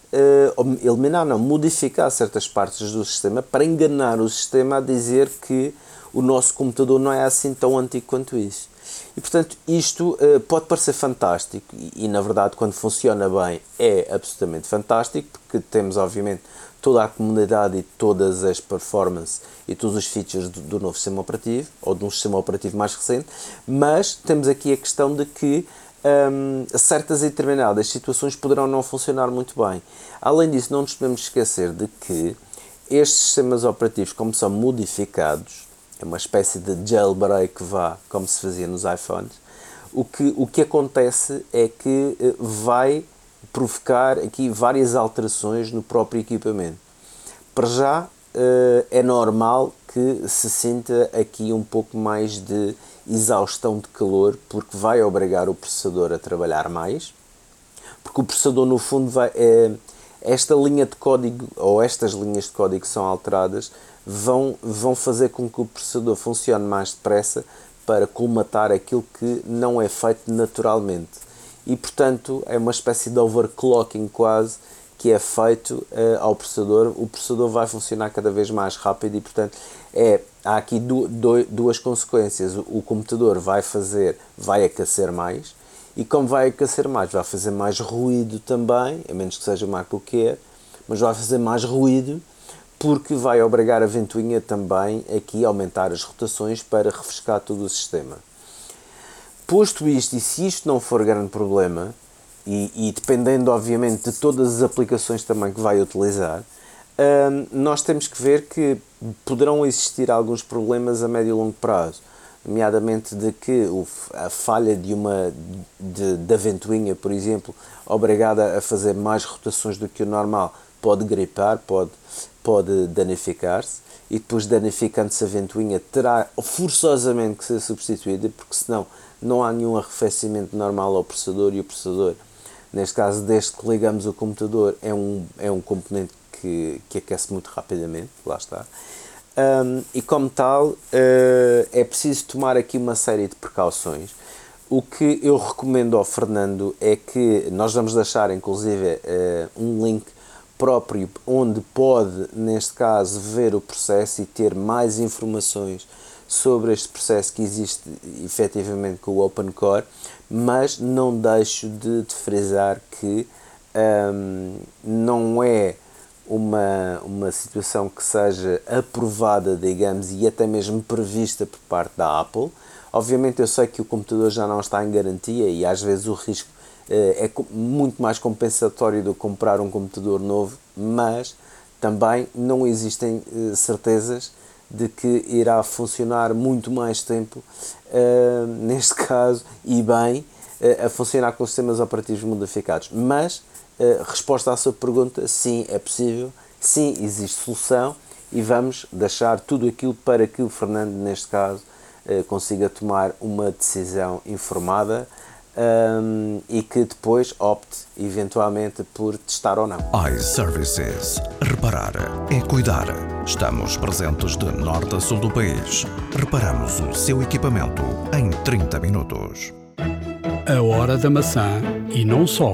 modificar certas partes do sistema para enganar o sistema a dizer que o nosso computador não é assim tão antigo quanto isso. E portanto isto pode parecer fantástico e na verdade quando funciona bem é absolutamente fantástico, porque temos obviamente toda a comunidade e todas as performances e todos os features do novo sistema operativo ou de um sistema operativo mais recente, mas temos aqui a questão de que certas e determinadas situações poderão não funcionar muito bem. Além disso, não nos podemos esquecer de que estes sistemas operativos, como são modificados, é uma espécie de jailbreak, como se fazia nos iPhones, o que acontece é que vai provocar aqui várias alterações no próprio equipamento. Para já, é normal que se sinta aqui um pouco mais de exaustão de calor, porque vai obrigar o processador a trabalhar mais, porque o processador no fundo esta linha de código, ou estas linhas de código que são alteradas, vão fazer com que o processador funcione mais depressa para colmatar aquilo que não é feito naturalmente. E portanto é uma espécie de overclocking quase que é feito ao processador. O processador vai funcionar cada vez mais rápido e portanto há aqui duas consequências. O computador vai aquecer mais, e como vai aquecer mais, vai fazer mais ruído também, a menos que seja o MacBook Air, mas vai fazer mais ruído porque vai obrigar a ventoinha também aqui a aumentar as rotações para refrescar todo o sistema. Posto isto, e se isto não for grande problema, e dependendo obviamente de todas as aplicações também que vai utilizar, nós temos que ver que poderão existir alguns problemas a médio e longo prazo, nomeadamente de que a falha da ventoinha, por exemplo, obrigada a fazer mais rotações do que o normal, pode gripar, pode danificar-se, e depois danificando-se a ventoinha terá forçosamente que ser substituída, porque senão não há nenhum arrefecimento normal ao processador, e o processador, neste caso, desde que ligamos o computador, é um componente que aquece muito rapidamente, lá está. E como tal, é preciso tomar aqui uma série de precauções. O que eu recomendo ao Fernando é que nós vamos deixar, inclusive, um link próprio onde pode, neste caso, ver o processo e ter mais informações sobre este processo que existe efetivamente com o OpenCore, mas não deixo de frisar que não é uma situação que seja aprovada, digamos, e até mesmo prevista por parte da Apple. Obviamente eu sei que o computador já não está em garantia e às vezes o risco é muito mais compensatório do que comprar um computador novo, mas também não existem certezas de que irá funcionar muito mais tempo, neste caso, e bem, a funcionar com sistemas operativos modificados. Mas, resposta à sua pergunta, sim, é possível, sim, existe solução, e vamos deixar tudo aquilo para que o Fernando, neste caso, consiga tomar uma decisão informada e que depois opte eventualmente por testar ou não. iServices. Reparar é cuidar. Estamos presentes de norte a sul do país. Reparamos o seu equipamento em 30 minutos. A Hora da Maçã e não só.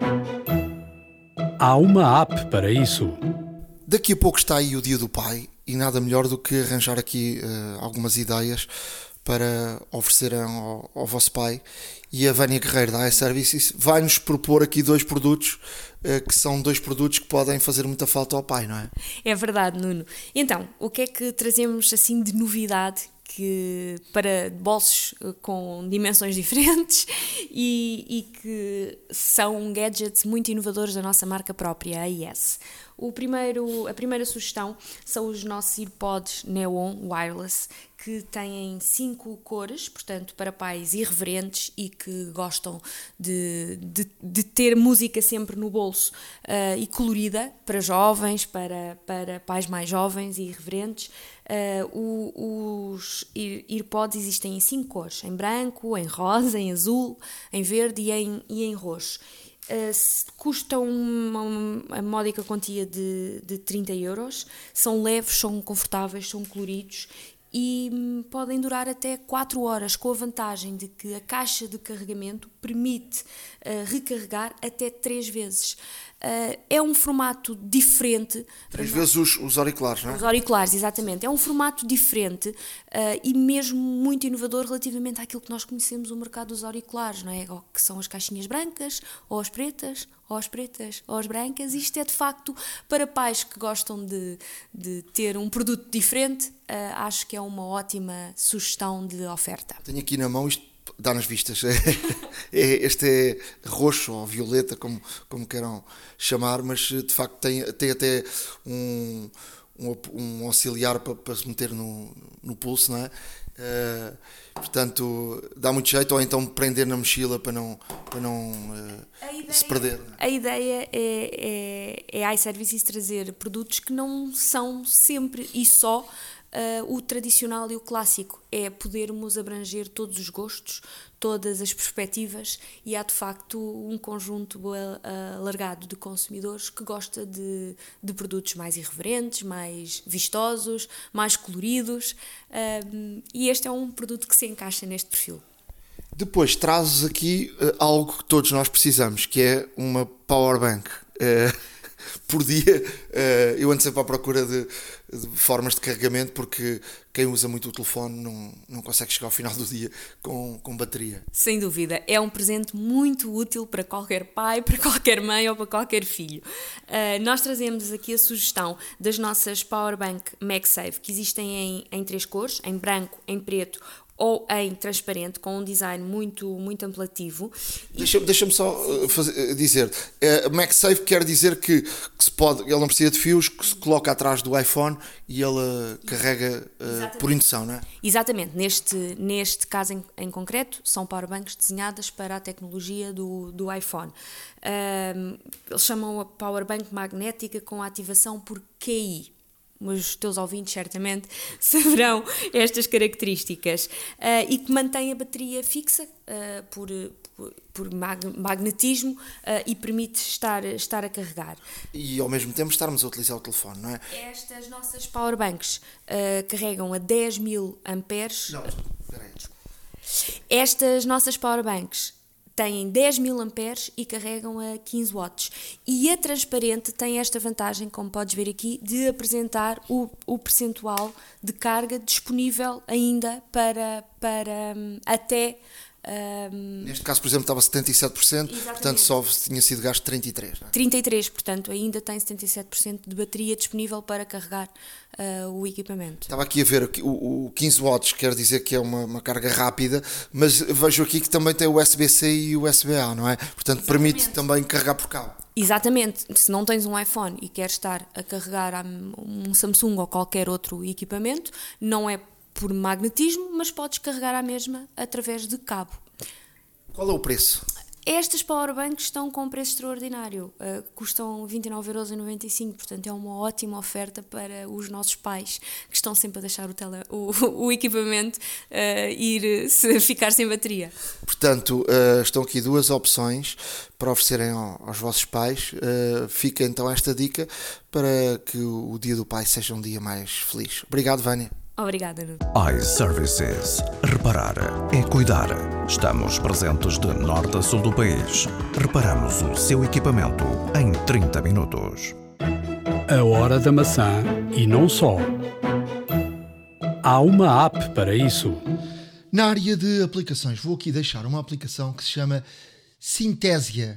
Há uma app para isso. Daqui a pouco está aí o Dia do Pai e nada melhor do que arranjar aqui algumas ideias para oferecer ao vosso pai. E a Vânia Guerreiro da iServices vai-nos propor aqui 2 produtos que são 2 produtos que podem fazer muita falta ao pai, não é? É verdade, Nuno. Então, o que é que trazemos assim de novidade para bolsos com dimensões diferentes e que são gadgets muito inovadores da nossa marca própria, a AES. A primeira sugestão são os nossos AirPods Neon Wireless, que têm 5 cores, portanto, para pais irreverentes e que gostam de ter música sempre no bolso e colorida, para jovens, para pais mais jovens e irreverentes. Os AirPods existem em 5 cores, em branco, em rosa, em azul, em verde e em roxo. Custam uma módica quantia de 30 euros, são leves, são confortáveis, são coloridos e podem durar até 4 horas, com a vantagem de que a caixa de carregamento permite recarregar até 3 vezes. É um formato diferente. 3 vezes os auriculares, não é? Os auriculares, exatamente. É um formato diferente e mesmo muito inovador relativamente àquilo que nós conhecemos no mercado dos auriculares, não é? Ou que são as caixinhas brancas, ou as pretas, ou as brancas. Isto é de facto para pais que gostam de ter um produto diferente, acho que é uma ótima sugestão de oferta. Tenho aqui na mão, isto dá nas vistas. Este é roxo ou violeta, como queiram chamar, mas de facto tem até um auxiliar para se meter no pulso, não é? Portanto, dá muito jeito, ou então prender na mochila para não se perder. A ideia é a iServices trazer produtos que não são sempre e só o tradicional e o clássico. É podermos abranger todos os gostos, todas as perspectivas, e há de facto um conjunto alargado de consumidores que gosta de produtos mais irreverentes, mais vistosos, mais coloridos, e este é um produto que se encaixa neste perfil. Depois trazes aqui algo que todos nós precisamos, que é uma powerbank. Por dia, eu ando sempre à procura de formas de carregamento, porque quem usa muito o telefone não consegue chegar ao final do dia com bateria. Sem dúvida, é um presente muito útil para qualquer pai, para qualquer mãe ou para qualquer filho. Nós trazemos aqui a sugestão das nossas Powerbank MagSafe, que existem em 3 cores, em branco, em preto ou em transparente, com um design muito, muito apelativo. Deixa-me só dizer, MagSafe quer dizer que se pode, ele não precisa de fios, que se coloca atrás do iPhone e ele carrega por indução, não é? Exatamente, neste caso em concreto, são powerbanks desenhadas para a tecnologia do iPhone. Eles chamam a powerbank magnética com ativação por QI. Os teus ouvintes certamente saberão estas características, e que mantém a bateria fixa por magnetismo e permite estar a carregar. E ao mesmo tempo estarmos a utilizar o telefone, não é? Estas nossas powerbanks carregam a 10.000 amperes. Não, peraí. Estas nossas powerbanks têm 10.000 amperes e carregam a 15 watts. E a transparente tem esta vantagem, como podes ver aqui, de apresentar o percentual de carga disponível ainda para até... Neste caso, por exemplo, estava 77%, Exatamente. Portanto só tinha sido gasto 33%. Não é? 33%, portanto ainda tem 77% de bateria disponível para carregar o equipamento. Estava aqui a ver, o 15 watts quer dizer que é uma carga rápida, mas vejo aqui que também tem o USB-C e o USB-A, não é? Portanto, permite também carregar por cabo. Exatamente, se não tens um iPhone e queres estar a carregar um Samsung ou qualquer outro equipamento, não é por magnetismo, mas podes carregar a mesma através de cabo. Qual é o preço? Estas powerbanks estão com um preço extraordinário, custam 29,95€, portanto é uma ótima oferta para os nossos pais que estão sempre a deixar o equipamento ficar sem bateria. Portanto, estão aqui duas opções para oferecerem aos vossos pais. Fica então esta dica para que o dia do pai seja um dia mais feliz. Obrigado, Vânia. Obrigada, Nuno. iServices. Reparar é cuidar. Estamos presentes de norte a sul do país. Reparamos o seu equipamento em 30 minutos. A hora da maçã e não só. Há uma app para isso. Na área de aplicações, vou aqui deixar uma aplicação que se chama Synthesia.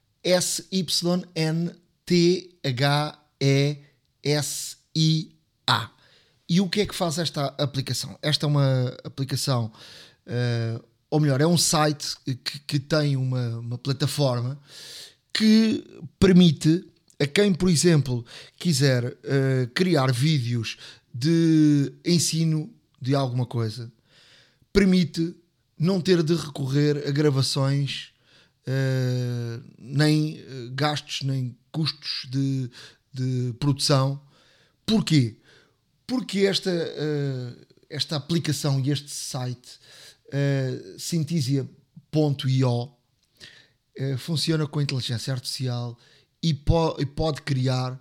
SYNTHESIA. E o que é que faz esta aplicação? Esta é uma aplicação, ou melhor, é um site que tem uma plataforma que permite a quem, por exemplo, quiser criar vídeos de ensino de alguma coisa, permite não ter de recorrer a gravações, nem gastos, nem custos de produção. Porquê? Porque esta aplicação e este site, Synthesia.io, funciona com inteligência artificial e pode criar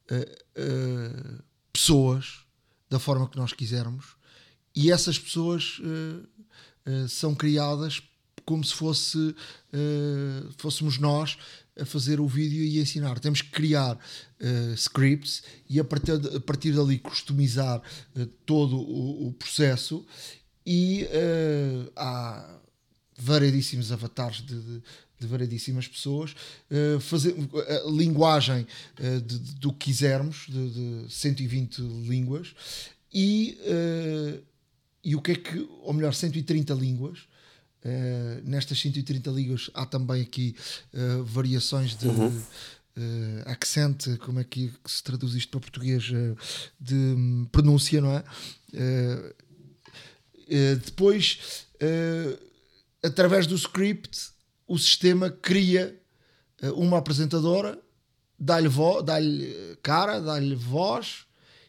pessoas da forma que nós quisermos, e essas pessoas são criadas como se fôssemos nós a fazer o vídeo e a ensinar. Temos que criar scripts e a partir dali customizar todo o processo, e há variedíssimos avatares de variedíssimas pessoas, fazer a linguagem do que quisermos, de 120 línguas, e o que é que, ou melhor, 130 línguas. Nestas 130 línguas há também aqui variações de accent, como é que se traduz isto para português, de pronúncia, não é? Depois, através do script, o sistema cria uma apresentadora, dá-lhe cara, dá-lhe voz,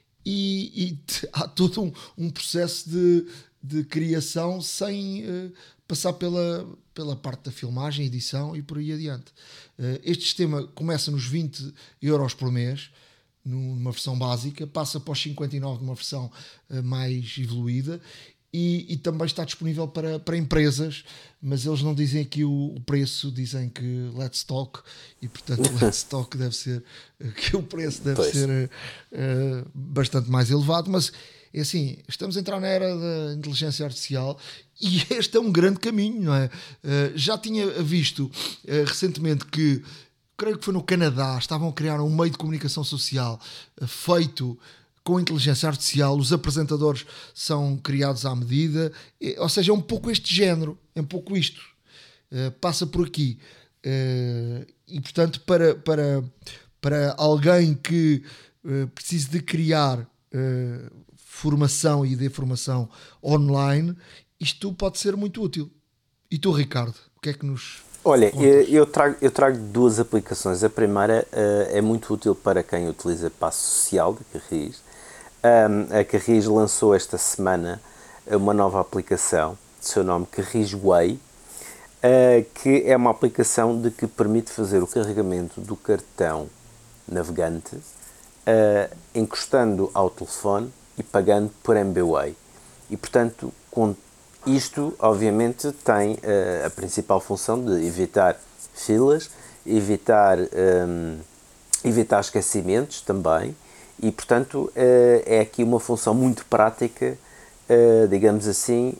e há todo um processo de criação sem passar pela parte da filmagem, edição e por aí adiante. Este sistema começa nos 20€ por mês, numa versão básica, passa para os 59 numa versão mais evoluída, e também está disponível para empresas, mas eles não dizem aqui o preço, dizem que let's talk, e portanto let's talk deve ser, que o preço deve ser bastante mais elevado, mas é assim, estamos a entrar na era da inteligência artificial e este é um grande caminho, não é? Já tinha visto recentemente que, creio que foi no Canadá, estavam a criar um meio de comunicação social feito com inteligência artificial, os apresentadores são criados à medida, ou seja, é um pouco este género, é um pouco isto, passa por aqui, e portanto para alguém que precise de criar formação e de formação online, isto pode ser muito útil. E tu, Ricardo, o que é que nos... Olha, eu trago duas aplicações. A primeira é muito útil para quem utiliza passo social da Carris. A Carris lançou esta semana uma nova aplicação, de seu nome Carris Way, que é uma aplicação que permite fazer o carregamento do cartão navegante encostando ao telefone e pagando por MBWay. E, portanto, com isto, obviamente, tem a principal função de evitar filas, evitar esquecimentos também, e, portanto, é aqui uma função muito prática, digamos assim,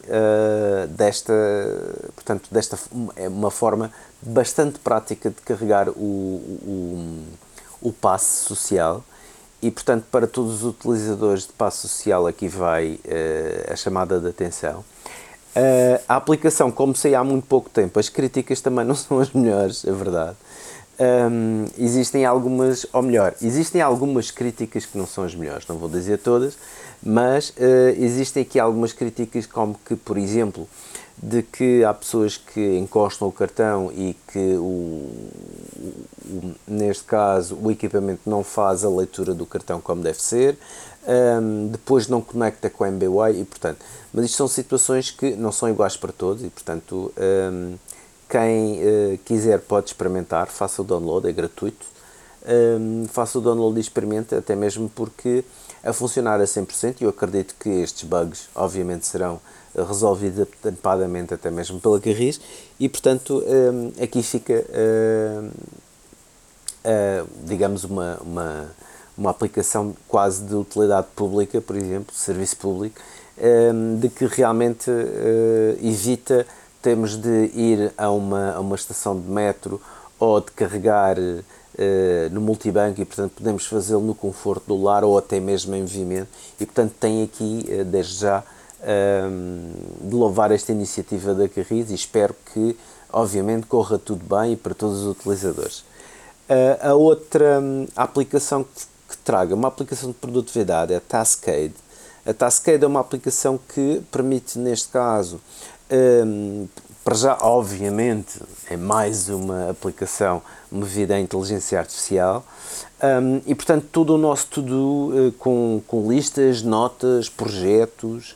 é uma forma bastante prática de carregar o passe social. E, portanto, para todos os utilizadores de passe social, aqui vai a chamada de atenção. A aplicação, como sei há muito pouco tempo, as críticas também não são as melhores, é verdade. Existem algumas, ou melhor, existem algumas críticas que não são as melhores, não vou dizer todas, mas existem aqui algumas críticas, como que, por exemplo, de que há pessoas que encostam o cartão e que, neste caso, o equipamento não faz a leitura do cartão como deve ser, depois não conecta com a MBWay e, portanto, mas isto são situações que não são iguais para todos e, portanto, quem quiser pode experimentar, faça o download, é gratuito, faça o download e experimente, até mesmo porque a funcionar a 100%, e eu acredito que estes bugs obviamente serão resolvidos atempadamente até mesmo pela Carris, e portanto aqui fica, digamos, uma aplicação quase de utilidade pública, por exemplo, serviço público, de que realmente evita termos de ir a uma estação de metro ou de carregar no multibanco e, portanto, podemos fazê-lo no conforto do lar ou até mesmo em movimento e, portanto, tem aqui, desde já, de louvar esta iniciativa da Carris e espero que, obviamente, corra tudo bem e para todos os utilizadores. A outra aplicação que traga, uma aplicação de produtividade, é a Taskade. A Taskade é uma aplicação que permite, neste caso, para já, obviamente, é mais uma aplicação movida à inteligência artificial e, portanto, todo o nosso to-do com listas, notas, projetos,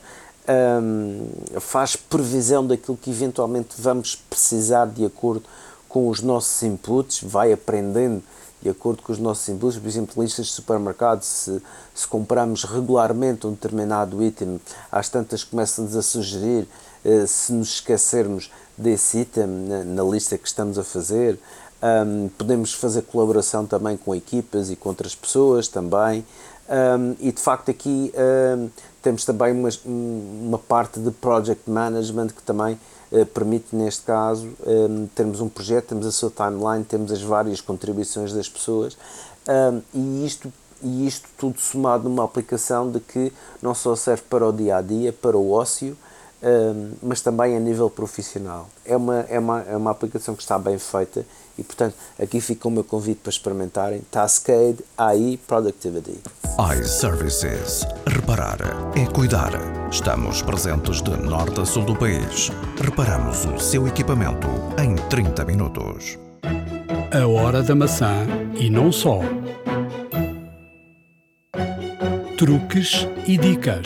faz previsão daquilo que eventualmente vamos precisar de acordo com os nossos inputs, vai aprendendo de acordo com os nossos inputs, por exemplo, listas de supermercado, se compramos regularmente um determinado item, às tantas começa-nos a sugerir se nos esquecermos desse item na lista que estamos a fazer. Podemos fazer colaboração também com equipas e com outras pessoas também, e de facto aqui temos também uma parte de project management que também permite, neste caso, termos um projeto, temos a sua timeline, temos as várias contribuições das pessoas, e isto tudo somado numa aplicação de que não só serve para o dia-a-dia, para o ócio, mas também a nível profissional. É uma aplicação que está bem feita e, portanto, aqui fica o meu convite para experimentarem Taskade AI Productivity. iServices. Reparar é cuidar. Estamos presentes de norte a sul do país. Reparamos o seu equipamento em 30 minutos. A hora da maçã e não só. Truques e dicas.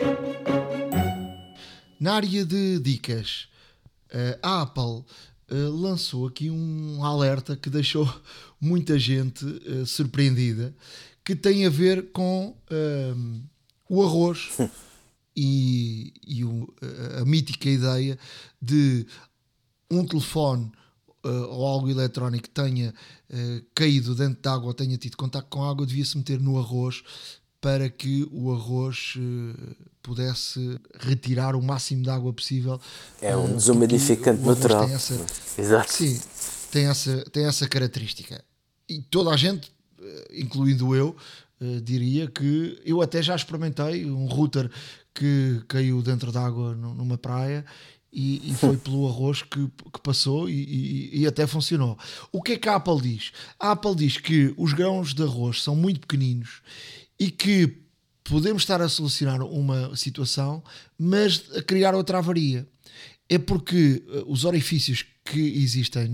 Na área de dicas, a Apple lançou aqui um alerta que deixou muita gente surpreendida, que tem a ver com o arroz e a mítica ideia de um telefone ou algo eletrónico que tenha caído dentro de água ou tenha tido contacto com água, devia-se meter no arroz para que o arroz pudesse retirar o máximo de água possível. É um desumidificante natural. Exato. Sim, tem essa característica. E toda a gente, incluindo eu, diria que eu até já experimentei um router que caiu dentro d'água numa praia e foi pelo arroz que passou e até funcionou. O que é que a Apple diz? A Apple diz que os grãos de arroz são muito pequeninos e que podemos estar a solucionar uma situação, mas a criar outra avaria. É porque os orifícios que existem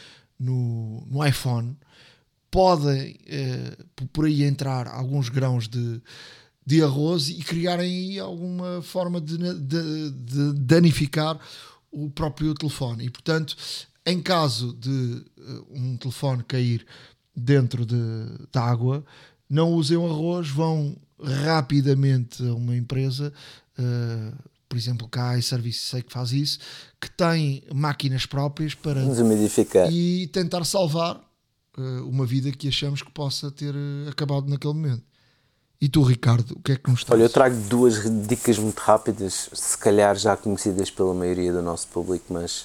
no iPhone podem por aí entrar alguns grãos de arroz e criarem alguma forma de danificar o próprio telefone. E, portanto, em caso de um telefone cair dentro da água, não usem o arroz, vão rapidamente a uma empresa, por exemplo, cá a iServices, sei que faz isso, que tem máquinas próprias para desumidificar e tentar salvar uma vida que achamos que possa ter acabado naquele momento. E tu, Ricardo, o que é que nos traz? Olha, eu trago duas dicas muito rápidas, se calhar já conhecidas pela maioria do nosso público, mas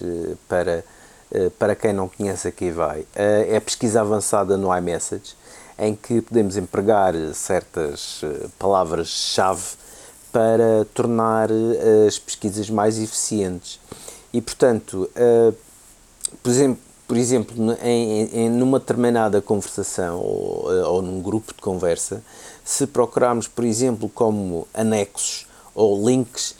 para quem não conhece aqui vai. É a pesquisa avançada no iMessage, em que podemos empregar certas palavras-chave para tornar as pesquisas mais eficientes. E, portanto, por por exemplo, numa determinada conversação ou num grupo de conversa, se procurarmos, por exemplo, como anexos ou links,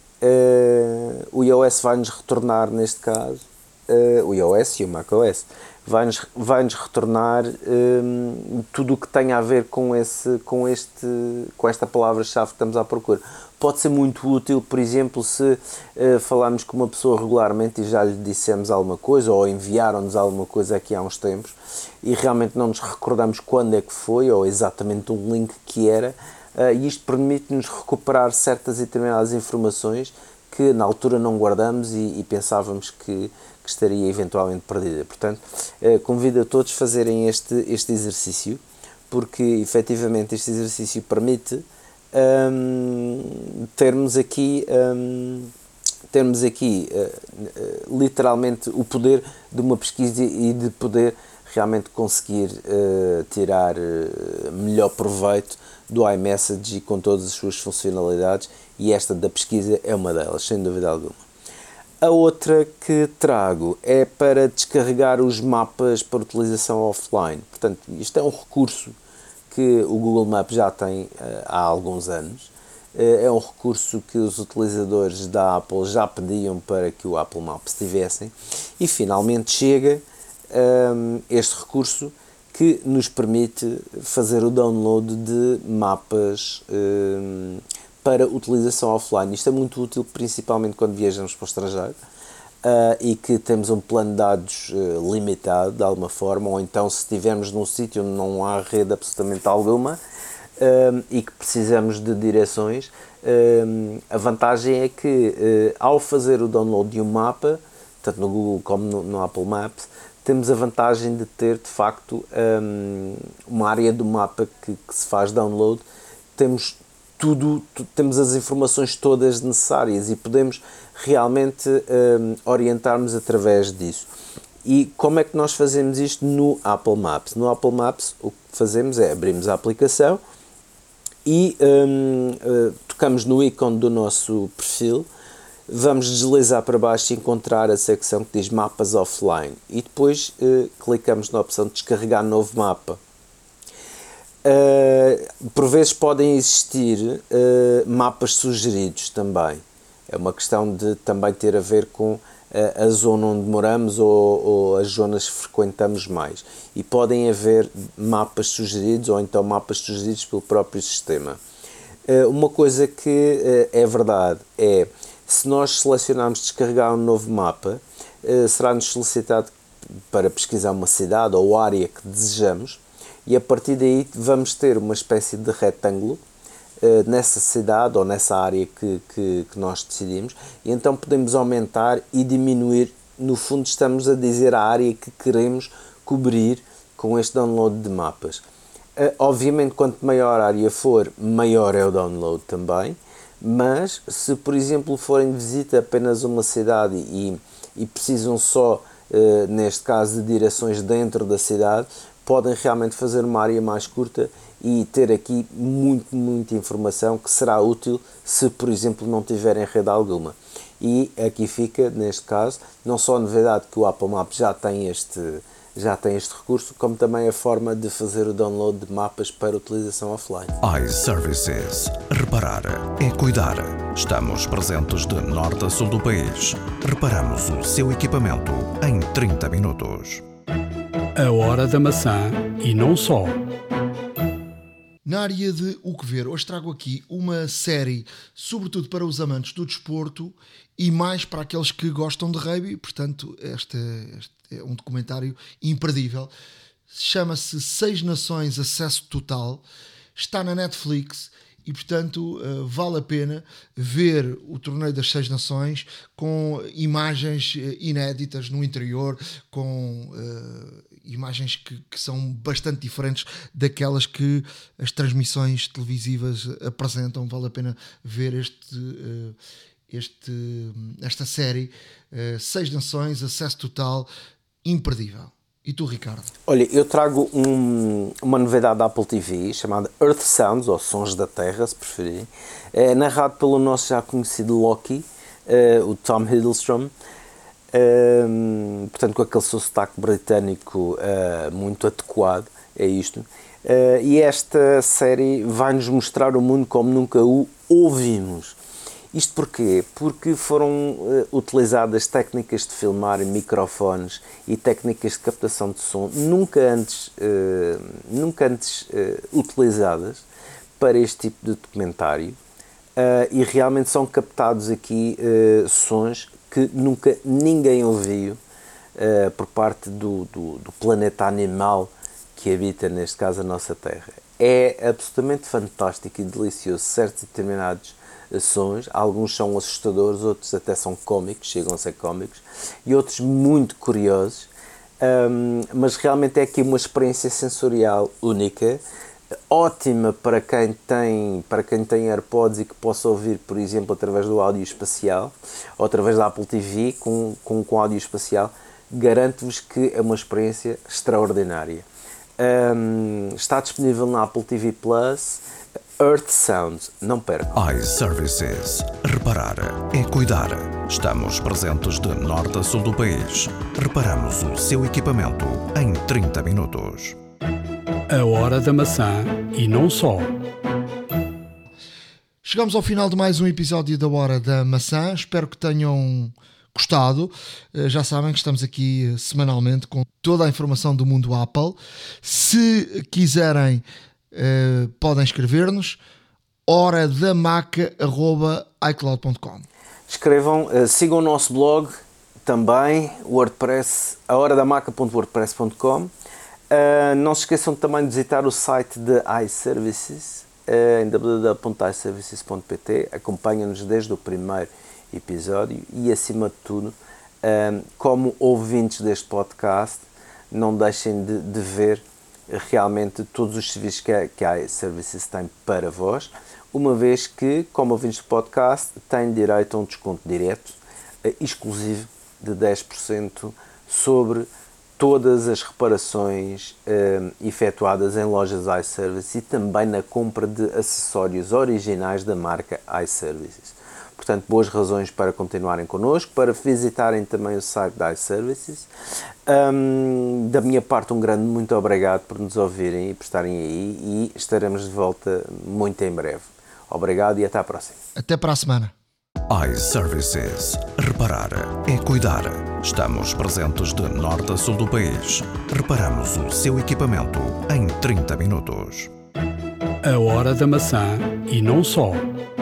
o iOS vai-nos retornar, neste caso, o iOS e o macOS, vai-nos retornar tudo o que tem a ver com esta palavra-chave que estamos à procura. Pode ser muito útil, por exemplo, se falarmos com uma pessoa regularmente e já lhe dissemos alguma coisa ou enviaram-nos alguma coisa aqui há uns tempos e realmente não nos recordamos quando é que foi ou exatamente um link que era, e isto permite-nos recuperar certas e determinadas informações que na altura não guardamos e pensávamos que estaria eventualmente perdida. Portanto, convido a todos a fazerem este exercício, porque efetivamente este exercício permite termos aqui literalmente o poder de uma pesquisa e de poder realmente conseguir tirar melhor proveito do iMessage e com todas as suas funcionalidades, e esta da pesquisa é uma delas, sem dúvida alguma. A outra que trago é para descarregar os mapas para utilização offline. Portanto, isto é um recurso que o Google Maps já tem há alguns anos. É um recurso que os utilizadores da Apple já pediam para que o Apple Maps tivessem, e finalmente chega este recurso que nos permite fazer o download de mapas para utilização offline. Isto é muito útil, principalmente quando viajamos para o estrangeiro e que temos um plano de dados limitado, de alguma forma, ou então se estivermos num sítio onde não há rede absolutamente alguma e que precisamos de direções. A vantagem é que ao fazer o download de um mapa, tanto no Google como no Apple Maps, temos a vantagem de ter, de facto, uma área do mapa que se faz download. Temos as informações todas necessárias e podemos realmente orientar-nos através disso. E como é que nós fazemos isto no Apple Maps? No Apple Maps o que fazemos é abrimos a aplicação e tocamos no ícone do nosso perfil, vamos deslizar para baixo e encontrar a secção que diz Mapas Offline e depois clicamos na opção de descarregar novo mapa. Por vezes podem existir mapas sugeridos também. É uma questão de também ter a ver com a zona onde moramos ou as zonas que frequentamos mais. E podem haver mapas sugeridos ou então mapas sugeridos pelo próprio sistema. Uma coisa que é verdade é, se nós selecionarmos descarregar um novo mapa, será-nos solicitado para pesquisar uma cidade ou área que desejamos, e a partir daí vamos ter uma espécie de retângulo nessa cidade ou nessa área que nós decidimos, e então podemos aumentar e diminuir. No fundo estamos a dizer a área que queremos cobrir com este download de mapas. Obviamente quanto maior a área for, maior é o download também, mas se por exemplo forem de visita apenas uma cidade e precisam só, neste caso, de direções dentro da cidade, podem realmente fazer uma área mais curta e ter aqui muita informação que será útil se, por exemplo, não tiverem rede alguma. E aqui fica, neste caso, não só a novidade que o Apple Maps já tem este recurso, como também a forma de fazer o download de mapas para utilização offline. iServices. Reparar é cuidar. Estamos presentes de norte a sul do país. Reparamos o seu equipamento em 30 minutos. A hora da maçã e não só. Na área de o que ver, hoje trago aqui uma série, sobretudo para os amantes do desporto e mais para aqueles que gostam de rugby, portanto, este é um documentário imperdível. Chama-se 6 Nações, Acesso Total, está na Netflix e, portanto, vale a pena ver o torneio das 6 Nações com imagens inéditas no interior, com imagens que são bastante diferentes daquelas que as transmissões televisivas apresentam. Vale a pena ver esta série, 6 Nações, Acesso Total, imperdível. E tu, Ricardo? Olha, eu trago uma novidade da Apple TV chamada Earth Sounds, ou Sons da Terra, se preferirem. É narrado pelo nosso já conhecido Loki, o Tom Hiddleston. portanto, com aquele seu sotaque britânico muito adequado, é isto. E esta série vai-nos mostrar o mundo como nunca o ouvimos. Isto porquê? Porque foram utilizadas técnicas de filmar em microfones e técnicas de captação de som nunca antes utilizadas para este tipo de documentário, e realmente são captados aqui sons que nunca ninguém ouviu por parte do planeta animal que habita, neste caso, a nossa Terra. É absolutamente fantástico e delicioso certos e determinados sons. Alguns são assustadores, outros até são cómicos, chegam a ser cómicos, e outros muito curiosos, mas realmente é aqui uma experiência sensorial única, ótima para quem tem AirPods e que possa ouvir, por exemplo, através do áudio espacial, ou através da Apple TV com áudio espacial. Garanto-vos que é uma experiência extraordinária. Está disponível na Apple TV Plus. Earth Sounds, não percam. iServices. Reparar é cuidar. Estamos presentes de norte a sul do país. Reparamos o seu equipamento em 30 minutos. A Hora da Maçã e não só. Chegamos ao final de mais um episódio da Hora da Maçã. Espero que tenham gostado. Já sabem que estamos aqui semanalmente com toda a informação do mundo Apple. Se quiserem, podem escrever-nos horadamaca@icloud.com. Escrevam, sigam o nosso blog também, WordPress, ahoradamaca.wordpress.com. Não se esqueçam também de visitar o site de iServices em www.iservices.pt. Acompanhem-nos desde o primeiro episódio e, acima de tudo, como ouvintes deste podcast, não deixem de ver realmente todos os serviços que a iServices tem para vós, uma vez que, como ouvintes do podcast, têm direito a um desconto direto, exclusivo, de 10% sobre todas as reparações efetuadas em lojas iServices e também na compra de acessórios originais da marca iServices. Portanto, boas razões para continuarem connosco, para visitarem também o site da iServices. Da minha parte, um grande muito obrigado por nos ouvirem e por estarem aí, e estaremos de volta muito em breve. Obrigado e até à próxima. Até para a semana. iServices. Reparar é cuidar. Estamos presentes de norte a sul do país. Reparamos o seu equipamento em 30 minutos. A Hora da Maçã e não só.